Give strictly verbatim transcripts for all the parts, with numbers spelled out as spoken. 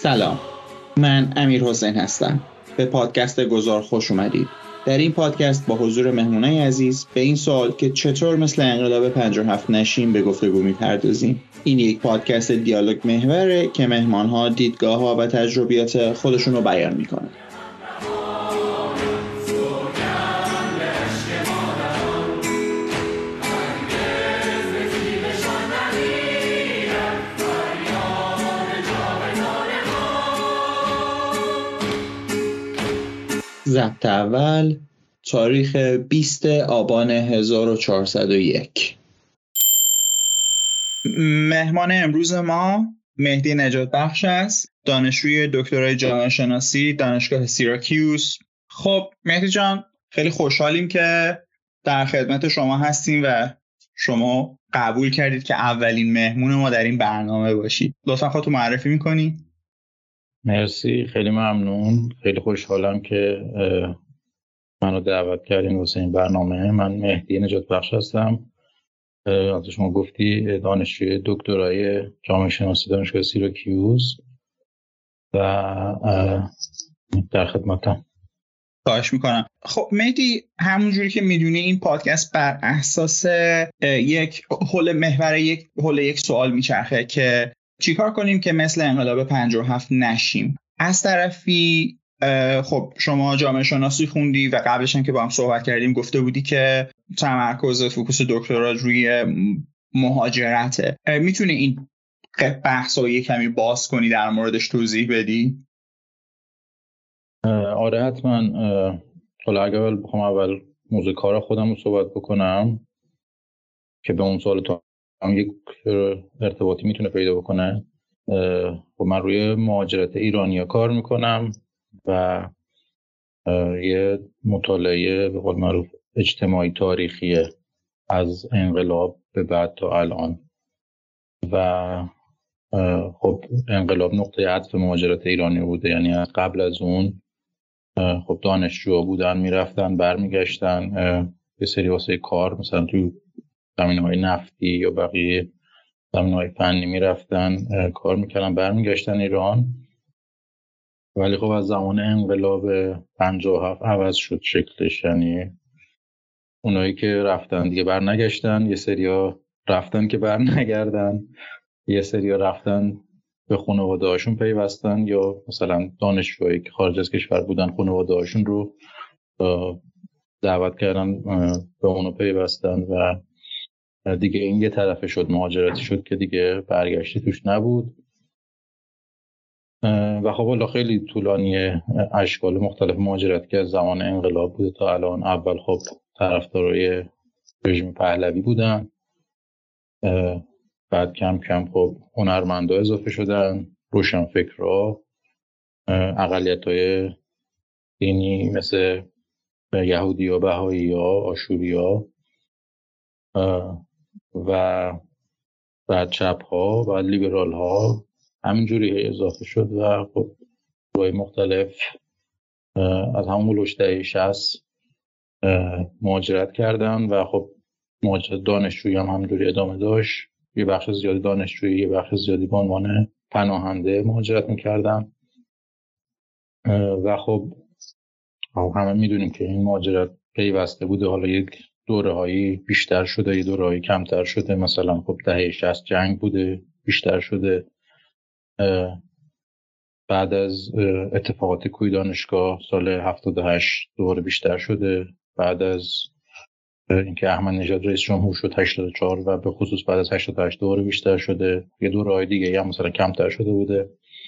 سلام، من امیر حسین هستم. به پادکست گذار خوش اومدید. در این پادکست با حضور مهمونای عزیز به این سوال که چطور مثل انقلاب پنجاه و هفت نشیم به گفتگو میپردازیم. این یک پادکست دیالوگ محوره که مهمانها دیدگاه‌ها و تجربیات خودشون رو بیان میکنن. ضبط اول تاریخ بیست آبان هزار و چهارصد و یک. مهمان امروز ما مهدی نجات بخش است، دانشجوی دکترای جامعه شناسی دانشگاه سیراکیوس. خب مهدی جان، خیلی خوشحالیم که در خدمت شما هستیم و شما قبول کردید که اولین مهمون ما در این برنامه باشید. لطفاً خودتو معرفی می‌کنی؟ مرسی، خیلی ممنون. خیلی خوشحالم که منو دعوت کردین واسه این برنامه. من مهدی نجات بخش هستم. از شما گفتی دانشجوی دکترای جامعه شناسی دانشگاه سیراکیوس و در خدمتم. خواهش میکنم. خب مهدی، همونجوری که میدونی این پادکست بر اساس یک حول محور یک حول یک سوال میچرخه که چیکار کنیم که مثل انقلاب پنجاه و هفت نشیم. از طرفی خب شما جامعه شناسی خوندی و قبلش هم که با هم صحبت کردیم گفته بودی که تمرکز فوکوس دکترا روی مهاجرته. میتونی این بحث رو یک کمی باز کنی، در موردش توضیح بدی؟ آره حتما. حالا اگر بخوام اول موضوع کار خودم رو صحبت بکنم که به اون سوال تو هم یک ارتباطی میتونه پیدا بکنه. خب من روی مهاجرت ایرانیا کار میکنم و یه مطالعه به قول معروف اجتماعی تاریخی از انقلاب به بعد تا الان و خب انقلاب نقطه عطف مهاجرت ایرانی بوده. یعنی از قبل از اون خب دانشجوها بودن، میرفتن برمیگشتن یه سری واسه کار، مثلا توی زمینه‌های نفتی یا بقیه زمینه‌های فنی میرفتن کار میکردن برمیگشتن ایران. ولی خب از زمان انقلاب پنجاه و هفت عوض شد شکلش. یعنی اونایی که رفتن دیگه برنگشتن، یه سریا رفتن که برنگردن، یه سریا رفتن به خانواده هاشون پیوستن، یا مثلا دانشجوهایی که خارج از کشور بودن خانواده هاشون رو دعوت کردن به اونو پیوستن و دیگه این یه طرفه شد، مهاجرتی شد که دیگه برگشتی توش نبود. و خب حالا خیلی طولانی اشکال مختلف مهاجرت که از زمان انقلاب بوده تا الان. اول خب طرفدارای رژیم پهلوی بودن، بعد کم کم خب هنرمندا اضافه شدن، روشنفکرها، اقلیت‌های دینی مثل یهودی‌ها، بهائی‌ها، آشوری‌ها و بعد چپ‌ها و لیبرال‌ها، همینجوری اضافه شد و خب گروه‌های مختلف از همون بلوش دهه شصت مهاجرت کردن و خب مهاجرت دانشجویی هم همینجوری ادامه داشت. یه بخش زیادی دانشجویی، یه بخش زیادی به عنوان پناهنده مهاجرت می‌کردن و خب همه میدونیم که این مهاجرت پیوسته بوده. حالا یک دوره‌هایی بیشتر شده، یه دوره‌هایی کمتر شده. مثلا خب دهه شصت جنگ بوده، بیشتر شده. بعد از اتفاقات کوی دانشگاه سال هفتاد و هشت دوباره بیشتر شده. بعد از اینکه احمد نژاد رئیس جمهور شد هشتاد و چهار و به خصوص بعد از هشتاد و هشت دوباره بیشتر شده. یه دوره‌های دیگه هم مثلا کمتر شده بوده.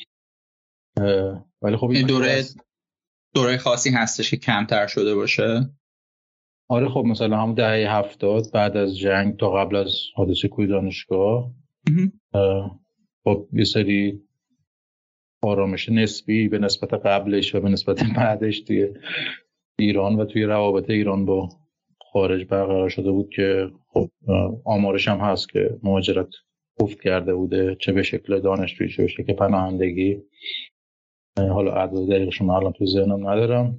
ولی خب این دوره دوره خاصی هستش که کمتر شده باشه. آره خب مثلا هم دهه هفتاد بعد از جنگ تا قبل از حادثه کوی دانشگاه خب یه سری آرامش نسبی به نسبت قبلش و به نسبت بعدش توی ایران و توی روابط ایران با خارج برقرار شده بود که خب آمارش هم هست که مهاجرت افت کرده بوده، چه به شکل دانشجویی چه به شکل پناهندگی. حالا اعداد دقیقش من الان تو ذهنم ندارم،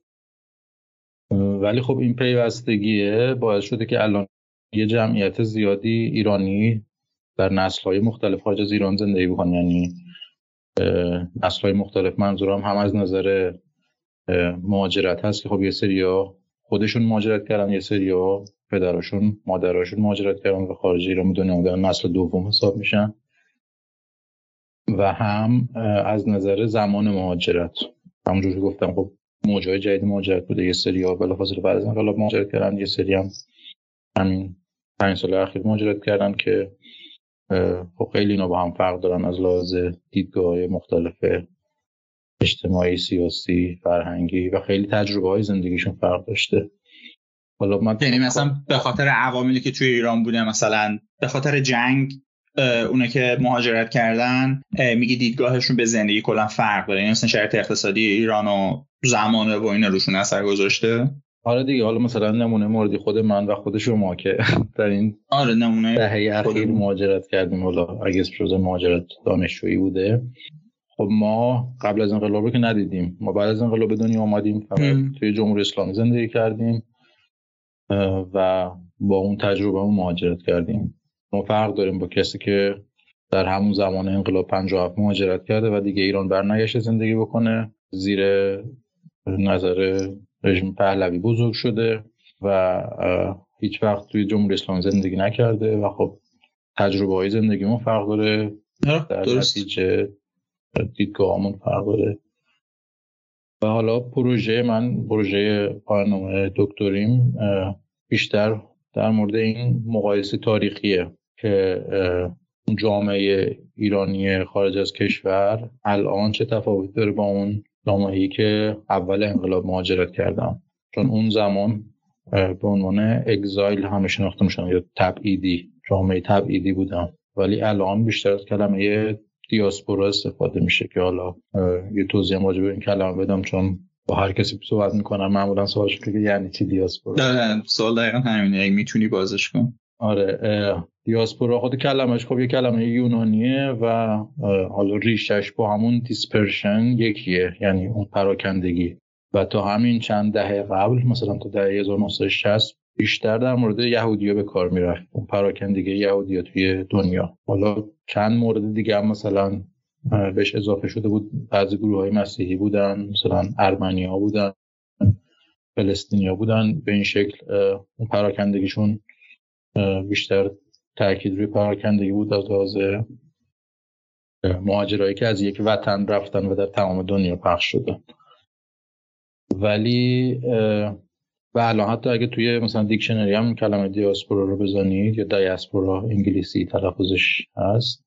ولی خب این پیوستگیه باعث شده که الان یه جمعیت زیادی ایرانی در نسل‌های مختلف خارج از ایران زندگی بکنن. یعنی نسل‌های مختلف، منظورم هم از نظر مهاجرت هست که خب یه سری‌ها خودشون مهاجرت کردن، یه سری‌ها پدراشون مادراشون مهاجرت کردن به خارج ایران دنیا بودن، نسل دوم حساب میشن، و هم از نظر زمان مهاجرت همونجوری که گفتم خب موجهای جدید مهاجرت بوده، یه سری‌ها بلافاصله بعد از انقلاب مهاجرت کردن، یه سری هم همین پنج سال اخیر مهاجرت کردن که خب خیلی اینا با هم فرق دارن از لحاظ دیدگاه‌های مختلف اجتماعی، سیاسی، فرهنگی و خیلی تجربه‌های زندگیشون فرق داشته. حالا من یعنی مثلا به خاطر عواملی که توی ایران بوده، مثلا به خاطر جنگ اونا که مهاجرت کردن میگی دیدگاهشون به زندگی کلا فرق داره، یعنی مثلا شرایط اقتصادی ایران و زمانه و اینا روشون اثر گذاشته. آره دیگه، حالا مثلا نمونه موردی خود من و خود شما که در این آره نمونه دهه اخیر مهاجرت کردیم، حالا اگه اسم مهاجرت دانشجویی بوده، خب ما قبل از انقلاب که ندیدیم، ما بعد از انقلاب به دنیا آمدیم، فقط توی جمهوری اسلامی زندگی کردیم و با اون تجربه هم مهاجرت کردیم. ما فرق داریم با کسی که در همون زمان انقلاب پنجاه و هفت مهاجرت کرده و دیگه ایران برنگشته زندگی بکنه، زیر نظر رژیم پهلوی بزرگ شده و هیچ وقت توی جمهوری اسلامی زندگی نکرده و خب تجربه های زندگیمون فرق داره، در نتیجه دیدگاهمون فرق داره. و حالا پروژه من، پروژه پایان دکتریم بیشتر در مورد این مقایسه تاریخیه که جامعه ایرانی خارج از کشور الان چه تفاوتی داره با اون جامعه‌ای که اول انقلاب مهاجرت کردن، چون اون زمان به عنوان اگزایل همه شناخته میشن یا تبعیدی، جامعه تبعیدی بودن، ولی الان بیشتر از کلمه دیاسپورا استفاده میشه که حالا یه توضیح راجع به این کلمه بدم، چون با هر کسی صحبت میکنم معمولا سوالش که یعنی چی دیاسپورا. نه سوال دقیقاً همینه، اگه میتونی بازش کن. آره، دیاسپورا خود کلمهش خب یه کلمه یونانیه و حالا ریشش با همون دیسپرشن یکیه، یعنی اون پراکندگی، و تا همین چند دهه قبل مثلا تا دهه هزار و نهصد و شصت بیشتر در مورد یهودی‌ها به کار میرفت، اون پراکندگی یهودی‌ها توی دنیا. حالا چند مورد دیگه هم مثلا بهش اضافه شده بود، بعضی گروه‌های مسیحی بودن، مثلا ارمنی‌ها بودن، فلسطینی‌ها بودن، به این شکل اون پراکندگیشون بیشتر تأکید روی پراکندگی بود از لحاظ مهاجرایی که از یک وطن رفتن و در تمام دنیا پخش شدن. ولی و الان حتی اگه توی مثلا دیکشنری هم کلمه دیاسپورا رو بزنید یا دیاسپورا انگلیسی تلفظش هست،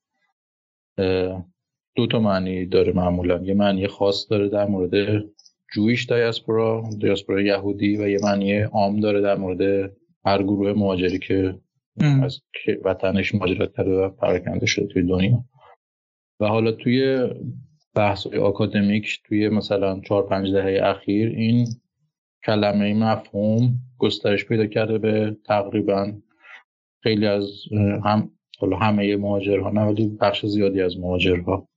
دو تا معنی داره معمولا. یه معنی خاص داره در مورد جویش دیاسپورا، دیاسپورا یهودی، و یه معنی عام داره در مورد هر گروه مهاجری که ام. از وطنش مهاجرت کرده و پراکنده شده توی دنیا. و حالا توی بحث‌های آکادمیک توی مثلا چهار پنج دهه اخیر این کلمه مفهوم گسترش پیدا کرده به تقریبا خیلی از هم حالا همه مهاجرها نه ولی بخش زیادی از مهاجرها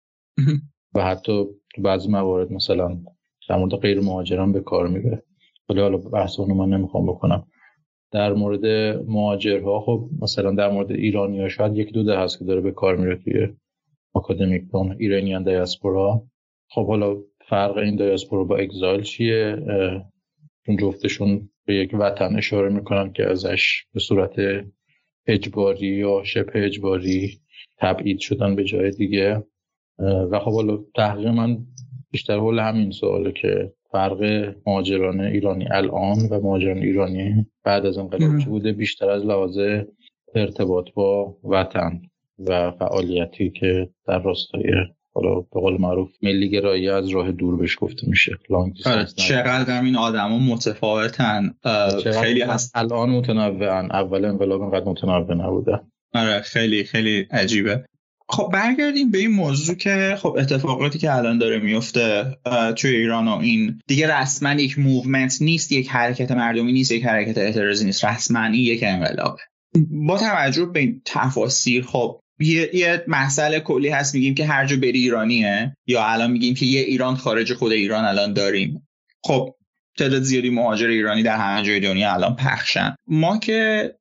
و حتی تو بعضی موارد مثلا در مورد غیر مهاجران به کار میبره. ولی حالا بحث اونو من نمیخوام بکنم. در مورد مهاجرها خب مثلا در مورد ایرانی‌ها شاید یک دو ده هست که داره به کار میره توی آکادمیک بون ایرانیان دیاسپورا. خب حالا فرق این دیاسپورا با اگزایل چیه؟ چون جفتشون به یک وطن اشاره میکنن که ازش به صورت اجباری یا شبه اجباری تبعید شدن به جای دیگه. و خب حالا تحقیق من بیشتر حول همین سواله که فرق مهاجران ایرانی الان و مهاجران ایرانی بعد از انقلاب چه بوده، بیشتر از لحاظ ارتباط با وطن و فعالیتی که در راستای حالا به قول معروف ملی گرایی از راه دور بهش گفته میشه. آره چقدر هم این آدما متفاوتن، خیلی هست الان متنوعن، اول انقلاب اینقدر متنوع نبوده. آره خیلی خیلی عجیبه. خب برگردیم به این موضوع که خب اتفاقاتی که الان داره میفته توی ایران و این دیگه رسما یک موومنت نیست، یک حرکت مردمی نیست، یک حرکت اعتراضی نیست، رسما این یک انقلابه. با توجه به این تفاصیل خب یه, یه مسئله کلی هست، میگیم که هر جا بری ایرانیه، یا الان میگیم که یه ایران خارج خود ایران الان داریم. خب تعداد زیادی مهاجر ایرانی در همه جای دنیا الان پخشن. ما که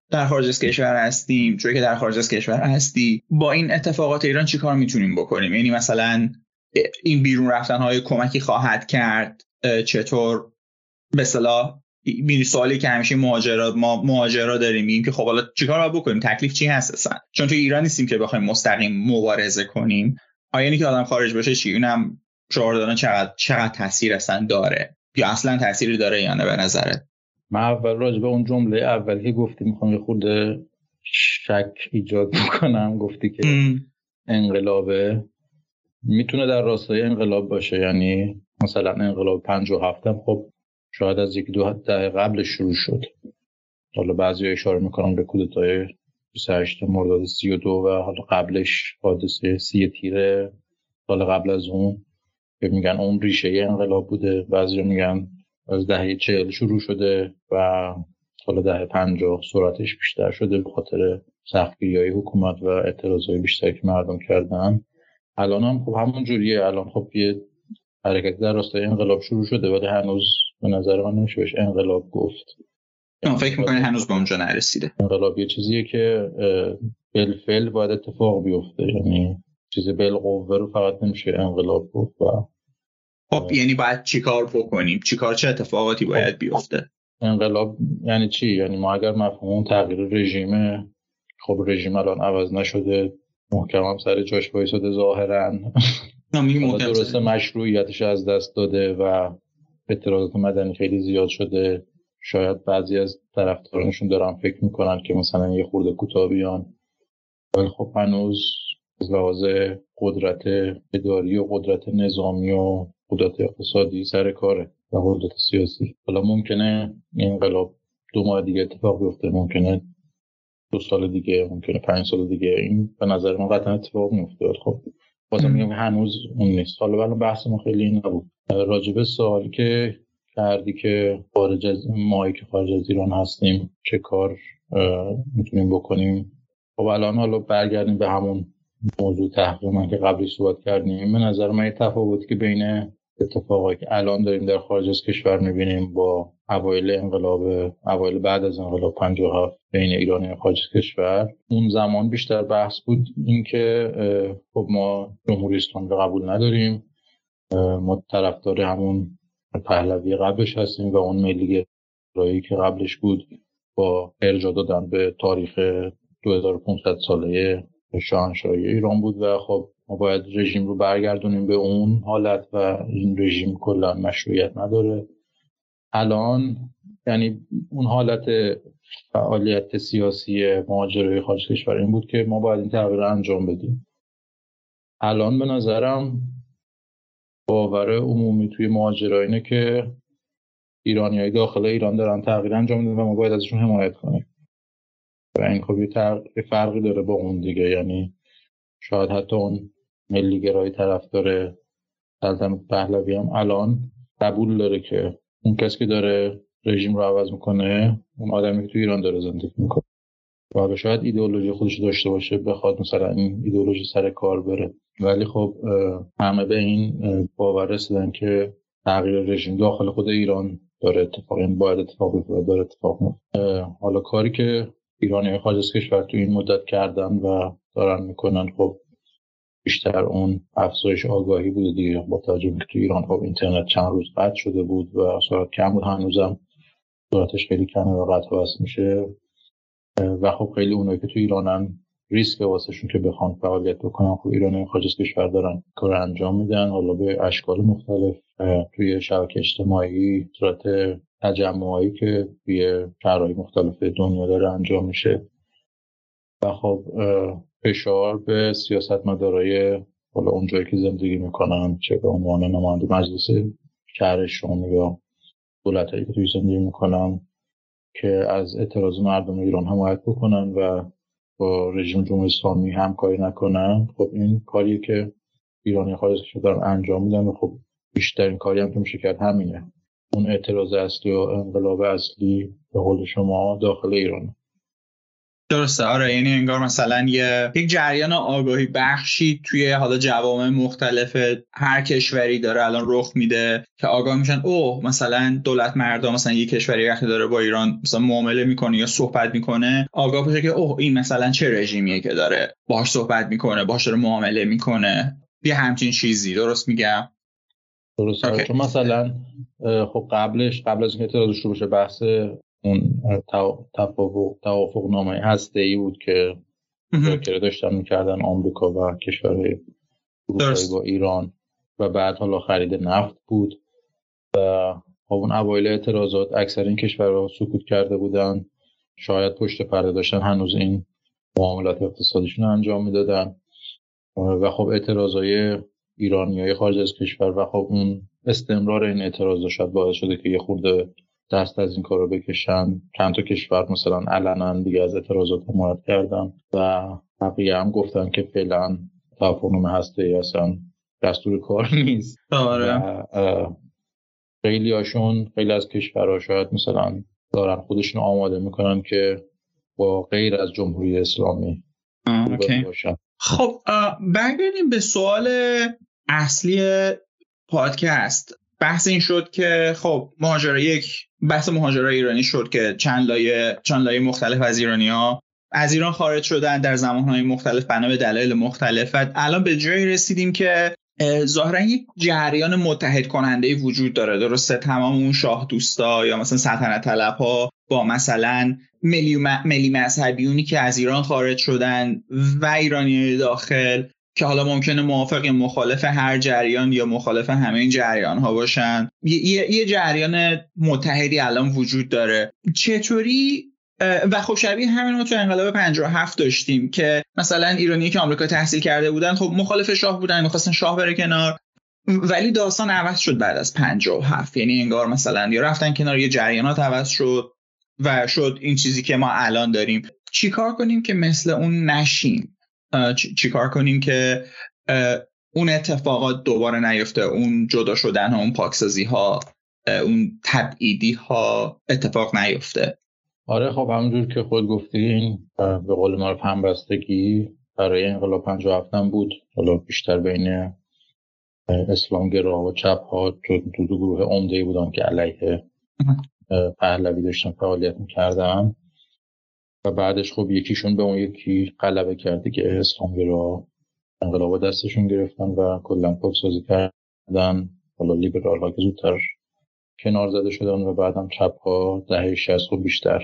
در خارج از کشور هستیم، چون که در خارج از کشور هستی، با این اتفاقات ایران چی کار میتونیم بکنیم؟ یعنی مثلا این بیرون رفتن های کمکی خواهد کرد؟ چطور به اصطلاح میری سوالی که همیشه مهاجرات ما مهاجرا داریم این که خب حالا چیکار باید بکنیم، تکلیف چی هست اصلا؟ چون تو ایران نیستیم که بخوایم مستقیم مبارزه کنیم. آیا اینی که آدم خارج بشه چی؟ اینم شعار دادن چقدر چقدر تاثیر اصلا داره یا اصلا تأثیری داره یا نه به نظرت؟ من اول راجع به اون جمله اولی که گفتی میخوام یه خورده شک ایجاد کنم. گفتی که ام. انقلابه میتونه در راستای انقلاب باشه، یعنی مثلا انقلاب پنجاه و هفت هم خب شاید از یک دو دهه قبل شروع شد. حالا بعضی اشاره میکنم به کودتای بیست و هشت مرداد سی و دو و حالا قبلش حادثه سی تیر سال قبل از اون که میگن اون ریشه انقلاب بوده. بعضی میگن از دهه چهل شروع شده و حالا دهه پنجاه سرعتش بیشتر شده به خاطر سختگیری‌های حکومت و اعتراضهای بیشتری که مردم کردن. الان هم خب همون جوریه. الان خب یه حرکت در راستای انقلاب شروع شده ولی هنوز به نظر من نمیشه بهش انقلاب گفت. من فکر می‌کنم هنوز به اونجا نرسیده. انقلاب یه چیزیه که بالفعل باید اتفاق بیفته، یعنی چیز بالقوه رو فقط نمیشه انقلاب گفت. و خب یعنی باید چیکار بکنیم؟ چیکار چه اتفاقاتی باید بیفته؟ انقلاب یعنی چی؟ یعنی ما اگر مفهوم تغییر رژیم، خب رژیم الان عوض نشده، محکم هم سر جاش وایساده ظاهراً. درسته مشروعیتش از دست داده و اعتراضات مدنی خیلی زیاد شده. شاید بعضی از طرفدارانشون دارن فکر میکنن که مثلا یه خورده کوتاه بیان، ولی خب هنوز از لحاظ قدرت اداری و قدرت نظامی و قدرت اقتصادی سر کاره و قدرت سیاسی. حالا ممکنه انقلاب دو ماه دیگه اتفاق بیفته، ممکنه دو سال دیگه، ممکنه پنج سال دیگه. این به نظر من قطعا اتفاق میفته. خب بازم میگم هنوز اون نیست. حالا ولی بحث ما خیلی این نبود. راجب سوالی که کردی که خارج از ماهی که خارج از ایران هستیم چه کار میتونیم بکنیم، خب الان حالا برگردیم به همون موضوع تقریبا که قبلی صحبت کردیم. به نظر من یه تفاوتی که بین اتفاقایی که الان داریم در خارج از کشور میبینیم با اوایل انقلاب اوایل بعد از انقلاب پنجاه و هفت بین ایرانی و خارج از کشور، اون زمان بیشتر بحث بود این که خب ما جمهوری اسلامی رو قبول نداریم، ما طرفدار همون پهلوی قبلش هستیم و اون ملی گرایی که قبلش بود با ارجاع دادن به تاریخ دو هزار و پانصد ساله شاهنشاهی ایران بود و خب ما باید رژیم رو برگردونیم به اون حالت و این رژیم کلا مشروعیت نداره. الان یعنی اون حالت فعالیت سیاسی مهاجرای خارج کشور این بود که ما باید این تغییر انجام بدیم. الان به نظرم باور عمومی توی مهاجرا اینه که ایرانیای داخل ایران دارن تغییر انجام میدن و ما باید ازشون حمایت کنیم. و این خب یه فرقی داره با اون دیگه. یعنی شاید حتی اون ملی گرای طرفدار سلطنت پهلوی هم الان قبول داره که اون کسی که داره رژیم رو عوض میکنه اون آدمی که تو ایران داره زندگی میکنه و شاید ایدئولوژی خودش داشته باشه بخواد مثلا این ایدئولوژی سر کار بره. ولی خب همه به این باور رسیدن که تغییر رژیم داخل خود ایران داره اتفاق این باید اتفاق بیفته داره اتفاق میفته. حالا کاری که ایرانی خارج از کشور تو این مدت کردن و دارن میکنن خب بیشتر اون افزایش آگاهی بوده دیگه، با توجه به تو ایران خب اینترنت چند روز قطع شده بود و سرعت کم بود، هنوزم سرعتش خیلی کمه و قطع وصل میشه و خب خیلی اونایی که تو ایرانن ریسک واسهشون که بخوان فعالیت بکنن خب ایرانی خارج از کشور دارن کار انجام میدن، حالا به اشکال مختلف توی شبکه اجتماعی، صورت تجمعایی که توی شهرهای مختلف دنیا داره انجام میشه و خب فشار به سیاستمدارای حالا اونجایی که زندگی میکنن چه به عنوان نماینده مجلس شهرشون یا دولتایی که توی زندگی میکنن که از اعتراض مردم ایران حمایت بکنن و با رژیم جمهوری اسلامی همکاری نکنن. خب این کاریه که ایرانی خارج کشور دارن انجام میدن و خب بیشترین کاری هم که میشه کرد همینه. اون اعتراض اصلی و انقلاب اصلی به قول شما داخل ایرانه. درسته. آره، یعنی انگار مثلا یه یک جریان آگاهی بخشی توی حالا جوامع مختلف هر کشوری داره الان رخ میده که آگاه میشن اوه مثلا دولت مردم مثلا یک کشوری وقتی داره با ایران مثلا معامله میکنه یا صحبت میکنه آگاه بشه که اوه این مثلا چه رژیمیه که داره باهاش صحبت میکنه، باهاش داره معامله میکنه، یه همچین چیزی. درست میگم؟ درسته. چون مثلا خب قبلش قبل از اینکه اعتراض شروع بشه بحث اون توافق توافق نامه هسته‌ای بود که مذاکره داشتن میکردن آمریکا و کشورهای اروپایی با ایران و بعد حالا خرید نفت بود و خب اون اوایل اعتراضات اکثر این کشورها سکوت کرده بودن، شاید پشت پرده داشتن هنوز این معاملات اقتصادیشون انجام میدادن و خب اعتراضای ایرانیای خارج از کشور و خب اون استمرار این اعتراض شاید باعث شده که یه خورده دست از این کارو بکشن. چند تا کشور مثلا علنا دیگه از اعتراضات حمایت کردن و بقیه هم گفتن که فعلا توافقنامه هسته‌ای اصلا دستور کار نیست. آره. و خیلی هاشون خیلی از کشورها شاید مثلا دارن خودشون آماده میکنن که با غیر از جمهوری اسلامی باشن. خب برگردیم به سوال اصلی پادکست. بحث این شد که خب مهاجرای یک بحث مهاجرای ایرانی شد که چند لایه چند لایه مختلف از ایرانی‌ها از ایران خارج شدن در زمانهای مختلف بنا به دلایل مختلف. الان به جایی رسیدیم که ظاهرا یک جریان متحد کننده وجود داره. درسته تمام اون شاه دوستا یا مثلا سلطنت طلب‌ها با مثلا ملی ملی مذهبیونی که از ایران خارج شدن و ایرانیای داخل که حالا ممکنه موافق یا مخالف هر جریان یا مخالف همه این جریان ها باشن، یه, یه جریان متحدی الان وجود داره. چطوری و خب شبیه همین ما تو انقلاب پنجاه و هفت داشتیم که مثلا ایرانی که آمریکا تحصیل کرده بودن خب مخالف شاه بودن، می‌خواستن شاه بره کنار، ولی داستان عوض شد بعد از پنجاه و هفت. یعنی انگار مثلا یا رفتن کنار، یه جریانات عوض شد و شد این چیزی که ما الان داریم. چیکار کنیم که مثل اون نشیم؟ چیکار کنیم که اون اتفاقات دوباره نیفته، اون جدا شدن ها، اون پاکسازی ها، اون تبعیدی ها اتفاق نیفته؟ آره خب همونجور که خود گفتی این به قول معروف همبستگی برای انقلاب پنجاه و هفت هم بود. حالا بیشتر بین اسلامگرا و چپ ها دو دو گروه عمده‌ای بودن که علیه پهلوی داشتن فعالیت می‌کردن و بعدش خب یکیشون به اون یکی غلبه کرده که اسلامگرا انقلاب دستشون گرفتن و کلا پاکسازی کردن. حالا لیبرال ها که زودتر کنار زده شدن و بعدم چپ ها دهه شصت و بیشتر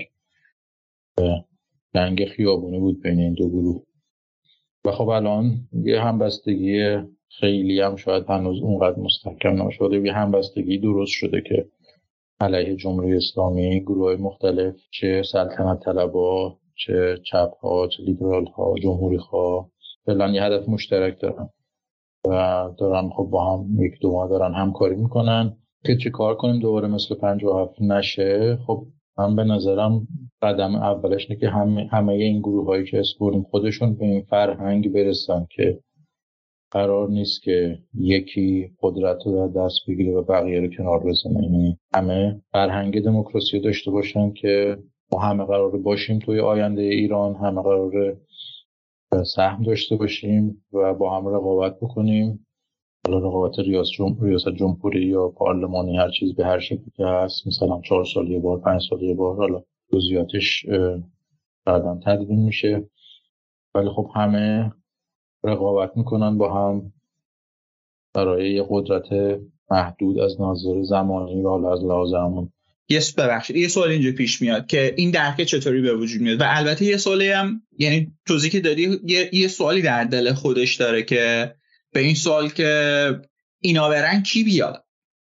جنگ خیابونی بود بین این دو گروه و خب الان یه همبستگی خیلی هم شاید هنوز اونقدر مستحکم نشده، یه همبستگی درست شده که علیه جمهوری اسلامی گروهای مختلف، چه سلطنت طلبها، چه چپ ها، چه لیبرال ها، جمهوری ها، فعلا یه هدف مشترک دارن و دارن خب با هم یک دو ماه دارن همکاری میکنن که چه کار کنیم دوباره مثل پنجاه و هفت نشه. خب من به نظرم قدم اولش اینه که همه, همه این گروه هایی که اسپوریم خودشون به این فرهنگ برسن که قرار نیست که یکی قدرت رو در دست بگیره و بقیه رو کنار بزنه. یعنی همه فرهنگ دموکراسی داشته باشن که ما همه قراره باشیم توی آینده ایران، همه قراره سهم داشته باشیم و با هم رقابت بکنیم. حالا رقابت ریاست جمهوری، ریاست جمهوری یا پارلمانی، هر چیز به هر شکلی که هست، مثلا چهار سال یه بار، پنج سال یه بار، حالا جزئیاتش بعداً تدوین میشه، ولی خب همه رقابت میکنن با هم برای یه قدرت محدود از نظر زمانی و حالا از لحاظ همون. یس ببخشید یه سوال اینجا پیش میاد که این درک چطوری به وجود میاد و البته یه سوالی هم یعنی توضیحی که دادی یه, یه سوالی در دل خودش داره که به این سوال که اینا برن کی بیاد؟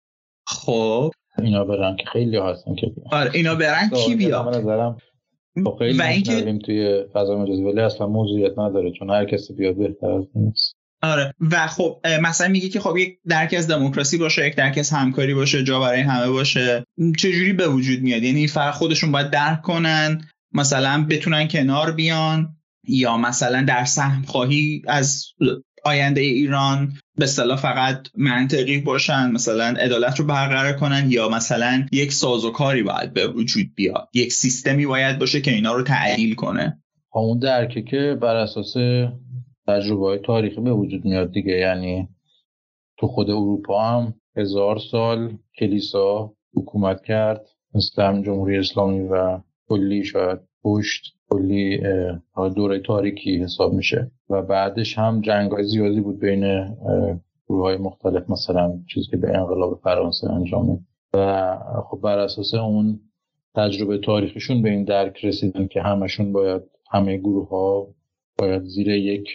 خب اینا برن که خیلی هستن که بیاد. آره اینا برن کی بیاد؟ من نظرم با خیلی میشنویم توی فضا مجازی ولی اصلا موضوعیت نداره چون هر کسی بیاد بهتر از نیست. آره و خب مثلا میگه که خب یک درک از دموکراسی باشه، یک درک از همکاری باشه، جا برای همه باشه. چجوری به وجود میاد؟ یعنی فقط خودشون باید درک کنن مثلا بتونن کنار بیان یا مثلا در سهم خواهی از آینده ایران به اصطلاح فقط منطقی باشن، مثلا عدالت رو برقرار کنن، یا مثلا یک سازوکاری باید به وجود بیاد، یک سیستمی باید باشه که اینا رو تعدیل کنه؟ اون درکه که بر اساس تجربه‌های تاریخی به وجود میاد دیگه. یعنی تو خود اروپا هم هزار سال کلیسا حکومت کرد، مثل جمهوری اسلامی، و کلی شاید پشت کلی دوره تاریکی حساب میشه. و بعدش هم جنگ‌های زیادی بود بین گروه‌های مختلف، مثلا چیزی که به انقلاب فرانسه انجام. و خب بر اساس اون تجربه تاریخیشون به این درک رسیدن که همشون باید، همه گروه‌ها باید زیر یک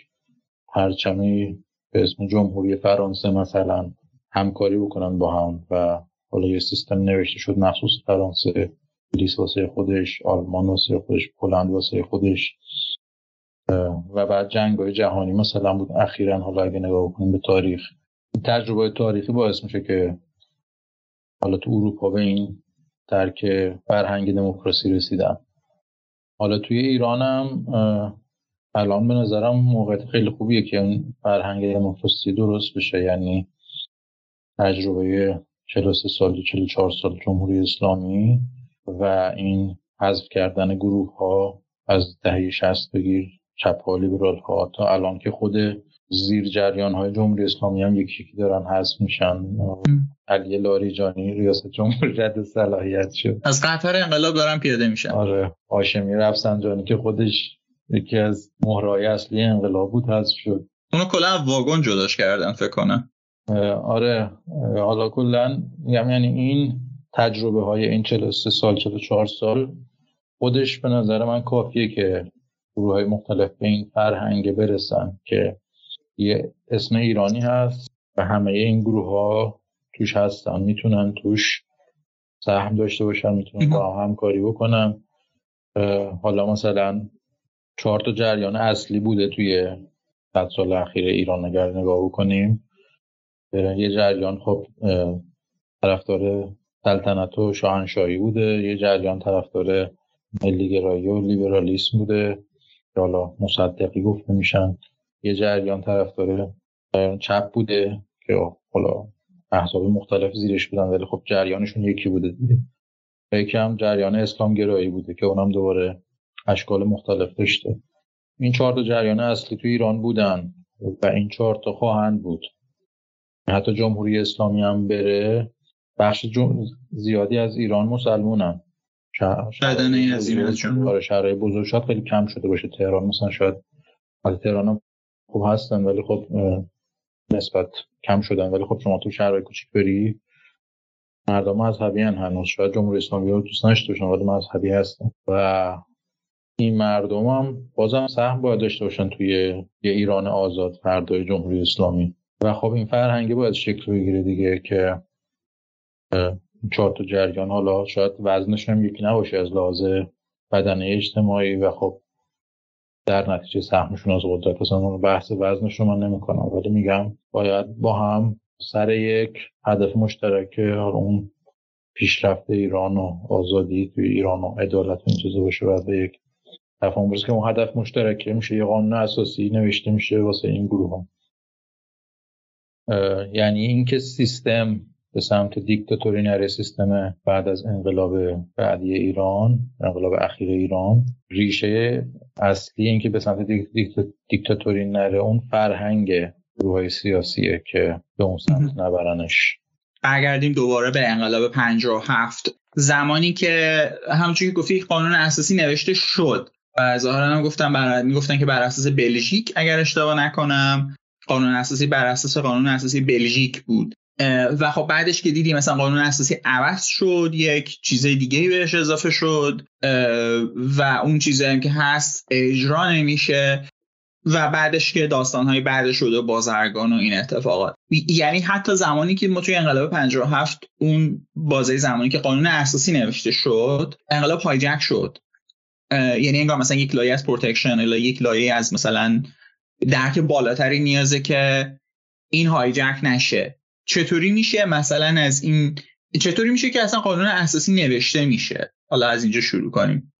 پرچمی به اسم جمهوری فرانسه مثلا همکاری بکنن با هم. و حالا یه سیستم نوشته شد مخصوص فرانسه، انگلیس واسه خودش، آلمان واسه خودش، پولند واسه خودش. و بعد جنگ‌های جهانی مثلا بود اخیراً. حالا اگه نگاه بکنیم به تاریخ، تجربه تاریخی باعث میشه که حالا تو اروپا به این درک فرهنگ دموکراسی رسیدن. حالا توی ایران هم الان به نظرم موقعیت خیلی خوبیه که این فرهنگ دموکراسی درست بشه. یعنی تجربه چهل و سه سال چهل و چهار سال جمهوری اسلامی و این حذف کردن گروه ها از دهه شصت بگیر چپ ها، لیبرال ها، تا الان که خود زیر جریان های جمهوری اسلامی هم یکی یکی دارن حذف میشن. علی لاریجانی ریاست جمهوری رد صلاحیت شد، از قطر انقلاب دارن پیاده میشن. آره، هاشمی رفسنجانی که خودش یکی از مهرهای اصلی انقلاب بود حذف شد. اونو کلا واگن جداش کردن فکر کنم. آره، حالا کلا میگم یعنی این تجربه های این چهل و سه سال چهل و چهار سال خودش به نظر من کافیه که گروه های مختلف به این فرهنگ برسن که یه اسم ایرانی هست و همه این گروه ها توش هستن، میتونن توش سهم داشته باشن، میتونن با هم همکاری بکنن. حالا مثلا چهار تا جریان اصلی بوده توی صد سال اخیر ایران اگر نگاه بکنیم. یه جریان خب طرفدار سلطنت و شاهنشاهی بوده، یه جریان طرفدار ملی‌گرایی و لیبرالیسم بوده که حالا مصدقی گفته میشن، یه جریان طرفدار چپ بوده که حالا احزاب مختلف زیرش بودن ولی خب جریانشون یکی بوده دیگه. یکی هم جریان اسلام گرایی بوده که اونم دوباره اشکال مختلف داشته. این چهار تا جریان اصلی تو ایران بودن و این چهار تا خواهند بود. حتی جمهوری اسلامی هم بره، بخش جم... زیادی از ایران مسلمونن. بدنه از این برای شهرهای بزرگ شاید خیلی کم شده باشه. تهران مثلا شاید، از تهران هم خوب هستن ولی خب نسبت کم شدن. ولی خب شما تو شهرهای کوچیک بری، مردم مذهبی هن هنوز. شاید جمهوری اسلامی رو دوست نشته باشن ولی مذهبی هستن و این مردم هم بازم سهم باید داشته باشن توی یه ایران آزاد فردای جمهوری اسلامی. و خب این فرهنگی باید شکل بگیره دیگه که چهار تا جریان حالا شاید وزنش هم یکی نباشه از لحاظ بدنه اجتماعی و خب در نتیجه سهمشون از قدرت، مثلا بحث وزنش رو من نمی کنم ولی میگم باید با هم سر یک هدف مشترک، اون پیشرفت ایران و آزادی توی ایران و عدالت و این چیزا باشه و به یک تفاهم برسه که اون هدف مشترکه میشه یه قانون اساسی نوشته میشه واسه این گروه ها. یعنی اینکه سیستم به سمت دیکتاتوری نره، سیستم بعد از انقلاب بعدی ایران، انقلاب اخیر ایران، ریشه اصلی اینکه به سمت دیک دیک دیکتاتوری نره اون فرهنگ گروه‌های سیاسیه که به اون سمت نبرنش. برگردیم دوباره به انقلاب پنجاه و هفت، زمانی که همونجوری که گفتی قانون اساسی نوشته شد و ظاهرا هم گفتن بر میگفتن که بر اساس بلژیک اگر اشتباه نکنم قانون اساسی بر اساس قانون اساسی بلژیک بود و خب بعدش که دیدی مثلا قانون اساسی عوض شد، یک چیز دیگه‌ای بهش اضافه شد و اون چیزایی که هست اجرا نمیشه و بعدش که داستان‌های بعد شده بازرگان و این اتفاقات. یعنی حتی زمانی که ما توی انقلاب پنجاه و هفت اون بازه زمانی که قانون اساسی نوشته شد انقلاب هایجک شد. یعنی انگار مثلا یک لایه از پروتکشن یا یک لایه از مثلا درک بالاتری نیازه که این هایجک نشه. چطوری میشه مثلا از این چطوری میشه که اصلا قانون اساسی نوشته میشه؟ حالا از اینجا شروع کنیم.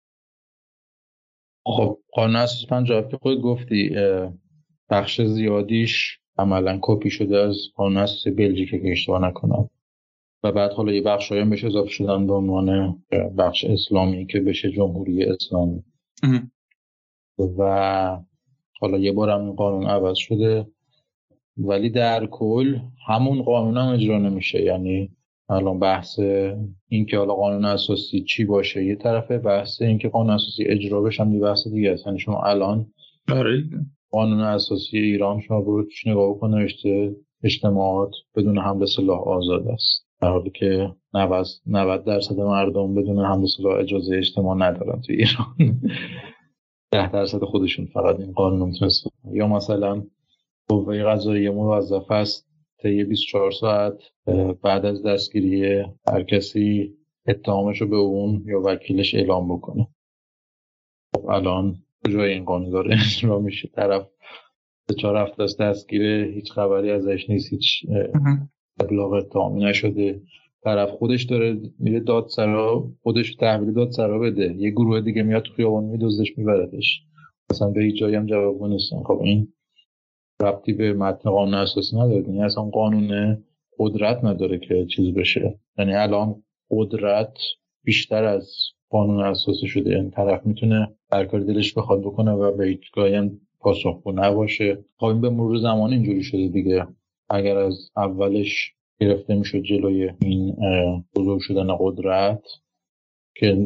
خب قانون اساسی پنجاه که خود گفتی بخش زیادیش عملا کپی شده از قانون اساسی بلژیک که اشتباه نکنم و بعد حالا یه بخشایی هم بهش اضافه شدن به عنوان بخش اسلامی که بشه جمهوری اسلامی. و حالا یه بار هم قانون عوض شده ولی در کل همون قانون هم اجرا نمیشه. یعنی الان بحث این که حالا قانون اساسی چی باشه یه طرفه، بحث این که قانون اساسی اجرا بشه هم یه بحث دیگه است. یعنی شما الان قانون اساسی ایران شما برو توش نگاه بکن نوشته اجتماعات بدون حمله سلاح آزاد است، در حالی که نود درصد مردم بدون حمله سلاح اجازه اجتماع ندارن تو ایران. ده درصد خودشون فقط این قانون میتونست. یا مثلا قوه قضاییه موظف است طی بیست و چهار ساعت بعد از دستگیری هر کسی اتهامش رو به اون یا وکیلش اعلام بکنه. خب الان کجای این قانون داره اجرا میشه؟ طرف سه چهار هفته است دستگیره، هیچ خبری ازش نیست، هیچ ابلاغ اتهامی نشده، طرف خودش داره میره دادسرا، خودش تحویل دادسرا بده، یه گروه دیگه میاد تو خیابون میدزدش میبردش، مثلا به هیچ جایی هم جواب نیستن. خب این ربطی به متن قانون اساسی نداره. یعنی اصلا قانون قدرت نداره که چیز بشه. یعنی الان قدرت بیشتر از قانون اساسی شده. یعنی طرف میتونه هر کاری دلش بخواد بکنه و به هیچ جایی هم پاسخگو نباشه. خب این به مرور زمان اینجوری شده دیگه. اگر از اولش گرفته میشد جلوی این بزرگ شدن قدرت که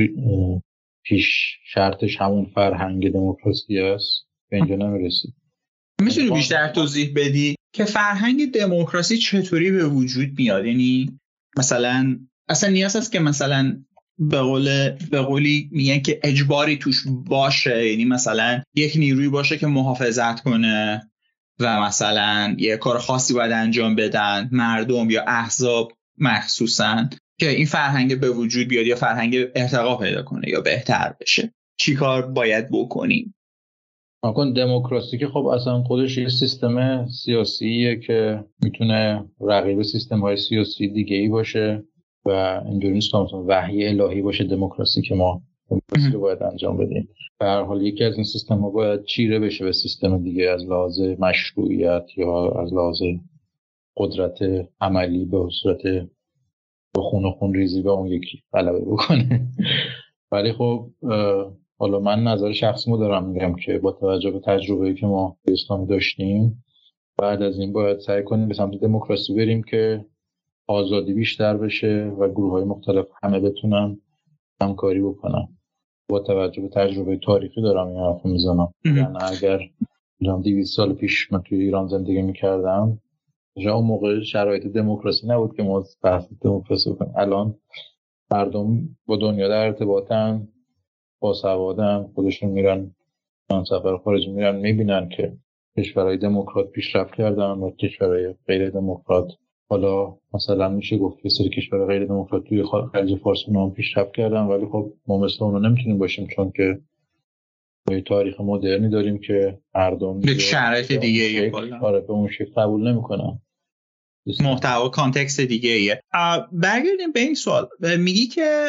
پیش شرطش همون فرهنگ دموکراسی است، به اینجا نمیرسید. میتونی بیشتر توضیح بدی که فرهنگ دموکراسی چطوری به وجود میاد؟ یعنی مثلا اصلا نیاز هست که مثلا به قول به قولی میگن که اجباری توش باشه، یعنی مثلا یک نیروی باشه که محافظت کنه و مثلا یه کار خاصی باید انجام بدن مردم یا احزاب مخصوصا که این فرهنگ به وجود بیاد یا فرهنگ ارتقا پیدا کنه یا بهتر بشه؟ چی کار باید بکنیم؟ آکن دموکراسی که خب اصلا خودش یه سیستم سیاسیه که میتونه رقیب سیستم‌های سیاسی دیگه‌ای باشه و اینجوری نیست که مثلا وحی الهی باشه دموکراسی که ما دموکراسی رو باید انجام بدیم. به هر حال یکی از این سیستم‌ها باید چیره بشه به سیستم دیگه از لحاظ مشروعیت یا از لحاظ قدرت عملی به صورت با خون و خون ریزی به اون یکی غلبه بکنه. ولی خب حالا من نظر شخصیمو دارم میگم که با توجه به تجربه‌ای که ما به اسلام داشتیم بعد از این باید سعی کنیم به سمت دموکراسی بریم که آزادی بیشتر بشه و گروه‌های مختلف همه بتونن همکاری بکنن. با توجه به تجربه تاریخی دارم این حرفو میزنم. یعنی اگر دویست سال پیش من توی ایران زندگی میکردم جا اون موقع شرایط دموکراسی نبود که ما بحث دموکراسی بکنیم. الان مردم با دنیا در ارتباطن، با سوادن، خودشون میرن من سفر خارجی میرن میبینن که کشورهای دموکرات پیشرفت کردن و کشورهای غیر دموکرات، حالا مثلا میشه گفت که سری کشورهای غیر دموکرات توی خلیج فارس هم پیشرفت کردن ولی خب ما مثل اونها نمیتونیم باشیم چون که با تاریخ مدرنی داریم که مردم به شرایط دیگه ای آره به اون شکل قبول نمیکنن، محتوا کانتکست دیگه ایه. برگردیم به این سوال. میگی که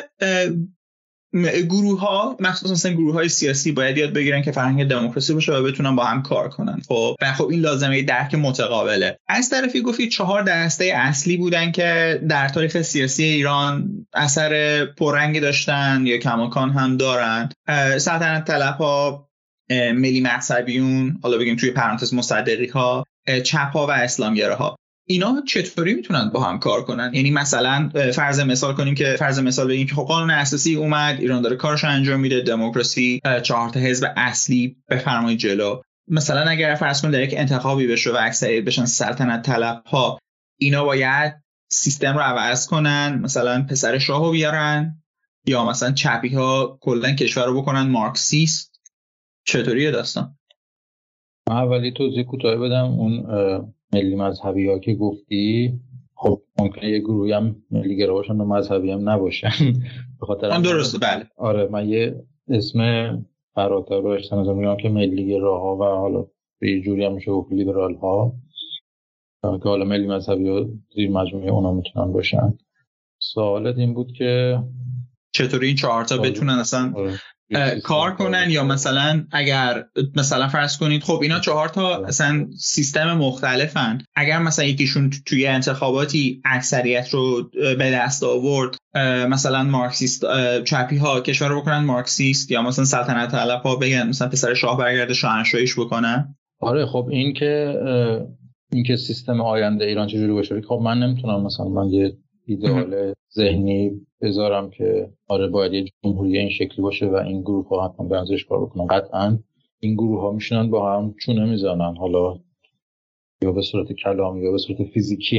گروه ها مخصوصا مثلا گروه های سیاسی باید یاد بگیرن که فرهنگ دموکراسی باشه و بتونن با هم کار کنن. خب و خب این لازمه درک متقابله. از طرفی گفتی چهار دسته اصلی بودن که در تاریخ سیاسی ایران اثر پررنگی داشتن یا کماکان هم دارن. سلطنت طلب‌ها، ملی مذهبیون، حالا بگیم توی پرانتز مصدقی ها، چپ ها و اسلامگرا ها. اینا چطوری میتونن با هم کار کنن؟ یعنی مثلا فرض مثال کنیم که فرض مثال بگیم که خب قانون اساسی اومد، ایران داره کارش انجام میده، دموکراسی، چهار تا حزب اصلی بفرمایید جلو. مثلا اگر فرض کنیم در یک انتخابی بشه و اکثریت بشن سلطنت طلب ها، اینا باید سیستم رو عوض کنن، مثلا پسر شاهو بیارن، یا مثلا چپی ها کلا کشور رو بکنن مارکسیست؟ چطوریه داستان؟ اولی توضیح کوتاه بدم. اون ملی مذهبی ها که گفتی خب ممکنه یه گروهی هم ملی گرا باشن و مذهبی هم نباشن. به خاطر اون درسته. بله آره من یه اسم فراتر رو اشتنازم میگم که ملی گراها و حالا به یه جوری هم میشه گفت لیبرال ها که حالا ملی مذهبی ها زیر مجموعه اونا میتونن باشن. سوالت این بود که چطوری این چهار تا بتونن اصلا کار کنن یا مثلا اگر مثلا فرض کنید خب اینا چهار تا اصلا سیستم مختلفن، اگر مثلا یکیشون توی انتخاباتی اکثریت رو به دست آورد، مثلا مارکسیست چپی ها کشور رو بکنن مارکسیست یا مثلا سلطنت طلب ها بگن مثلا پسر شاه برگرده شاهنشاهیش بکنن. آره خب این که این که سیستم آینده ایران چجوری باشه، خب من نمیتونم مثلا من یه ایدئال ذهنی بذارم که آره باید یه جمهوری این شکلی باشه و این گروه ها حتما به ارزش کار بکنن. قطعا این گروه ها میشنن با هم چونه میزنن، حالا یا به صورت کلامی یا به صورت فیزیکی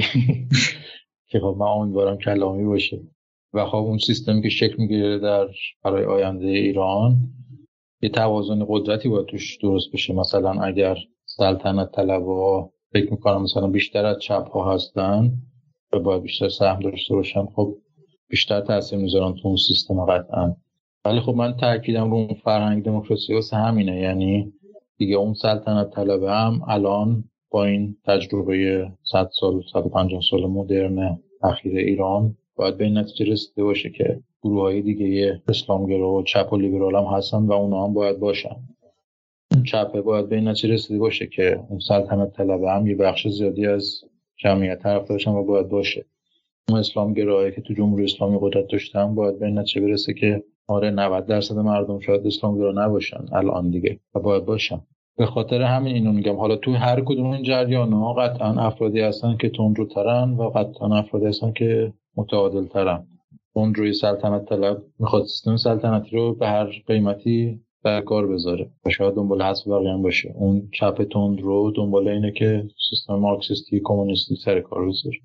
که خب من امیدوارم کلامی باشه. و خب اون سیستمی که شکل میگیره در برای آینده ایران یه توازن قدرتی باید توش درست بشه. مثلا اگر سلطنت طلبها فکر میکنم مثلا بیشتر از چپ ها هستن و باید بیشتر سهم داشته باشن، خب بیشتر تاثیر میذارن تو اون سیستم قطعا. ولی خب من تاکیدم رو اون فرهنگ دموکراسی واسه همینه، یعنی دیگه اون سلطنت طلبه هم الان با این تجربه صد سال صد و پنجاه سال مدرن اخیر ایران باید به این نتیجه رسیده باشه که گروه‌های دیگه اسلامگرا و چپ و لیبرال هم هستن و اونا هم باید باشن. چپه باید به این نتیجه رسیده باشه که اون سلطنت طلبه هم یه بخش زیادی از جمعیت طرفدارشن و باید باشه. اون اسلامگرایی که تو جمهوری اسلامی قدرت داشتن باید به این نتیجه برسه که آره نود درصد مردم شاید اسلامگرا نباشن الان دیگه و باید باشن. به خاطر همین اینو میگم، حالا تو هر کدوم این جریان‌ها قطعا افرادی هستن که تندروترن و قطعا افرادی هستن که متعادل‌ترن. اون روی سلطنت طلب میخواد سیستم سلطنتی رو به هر قیمتی در کار بذاره و شاید دنبال حذف بقیه هم باشه. اون چپ تندرو دنبال اینه که سیستم مارکسیستی کمونیستی سر کار بذاره.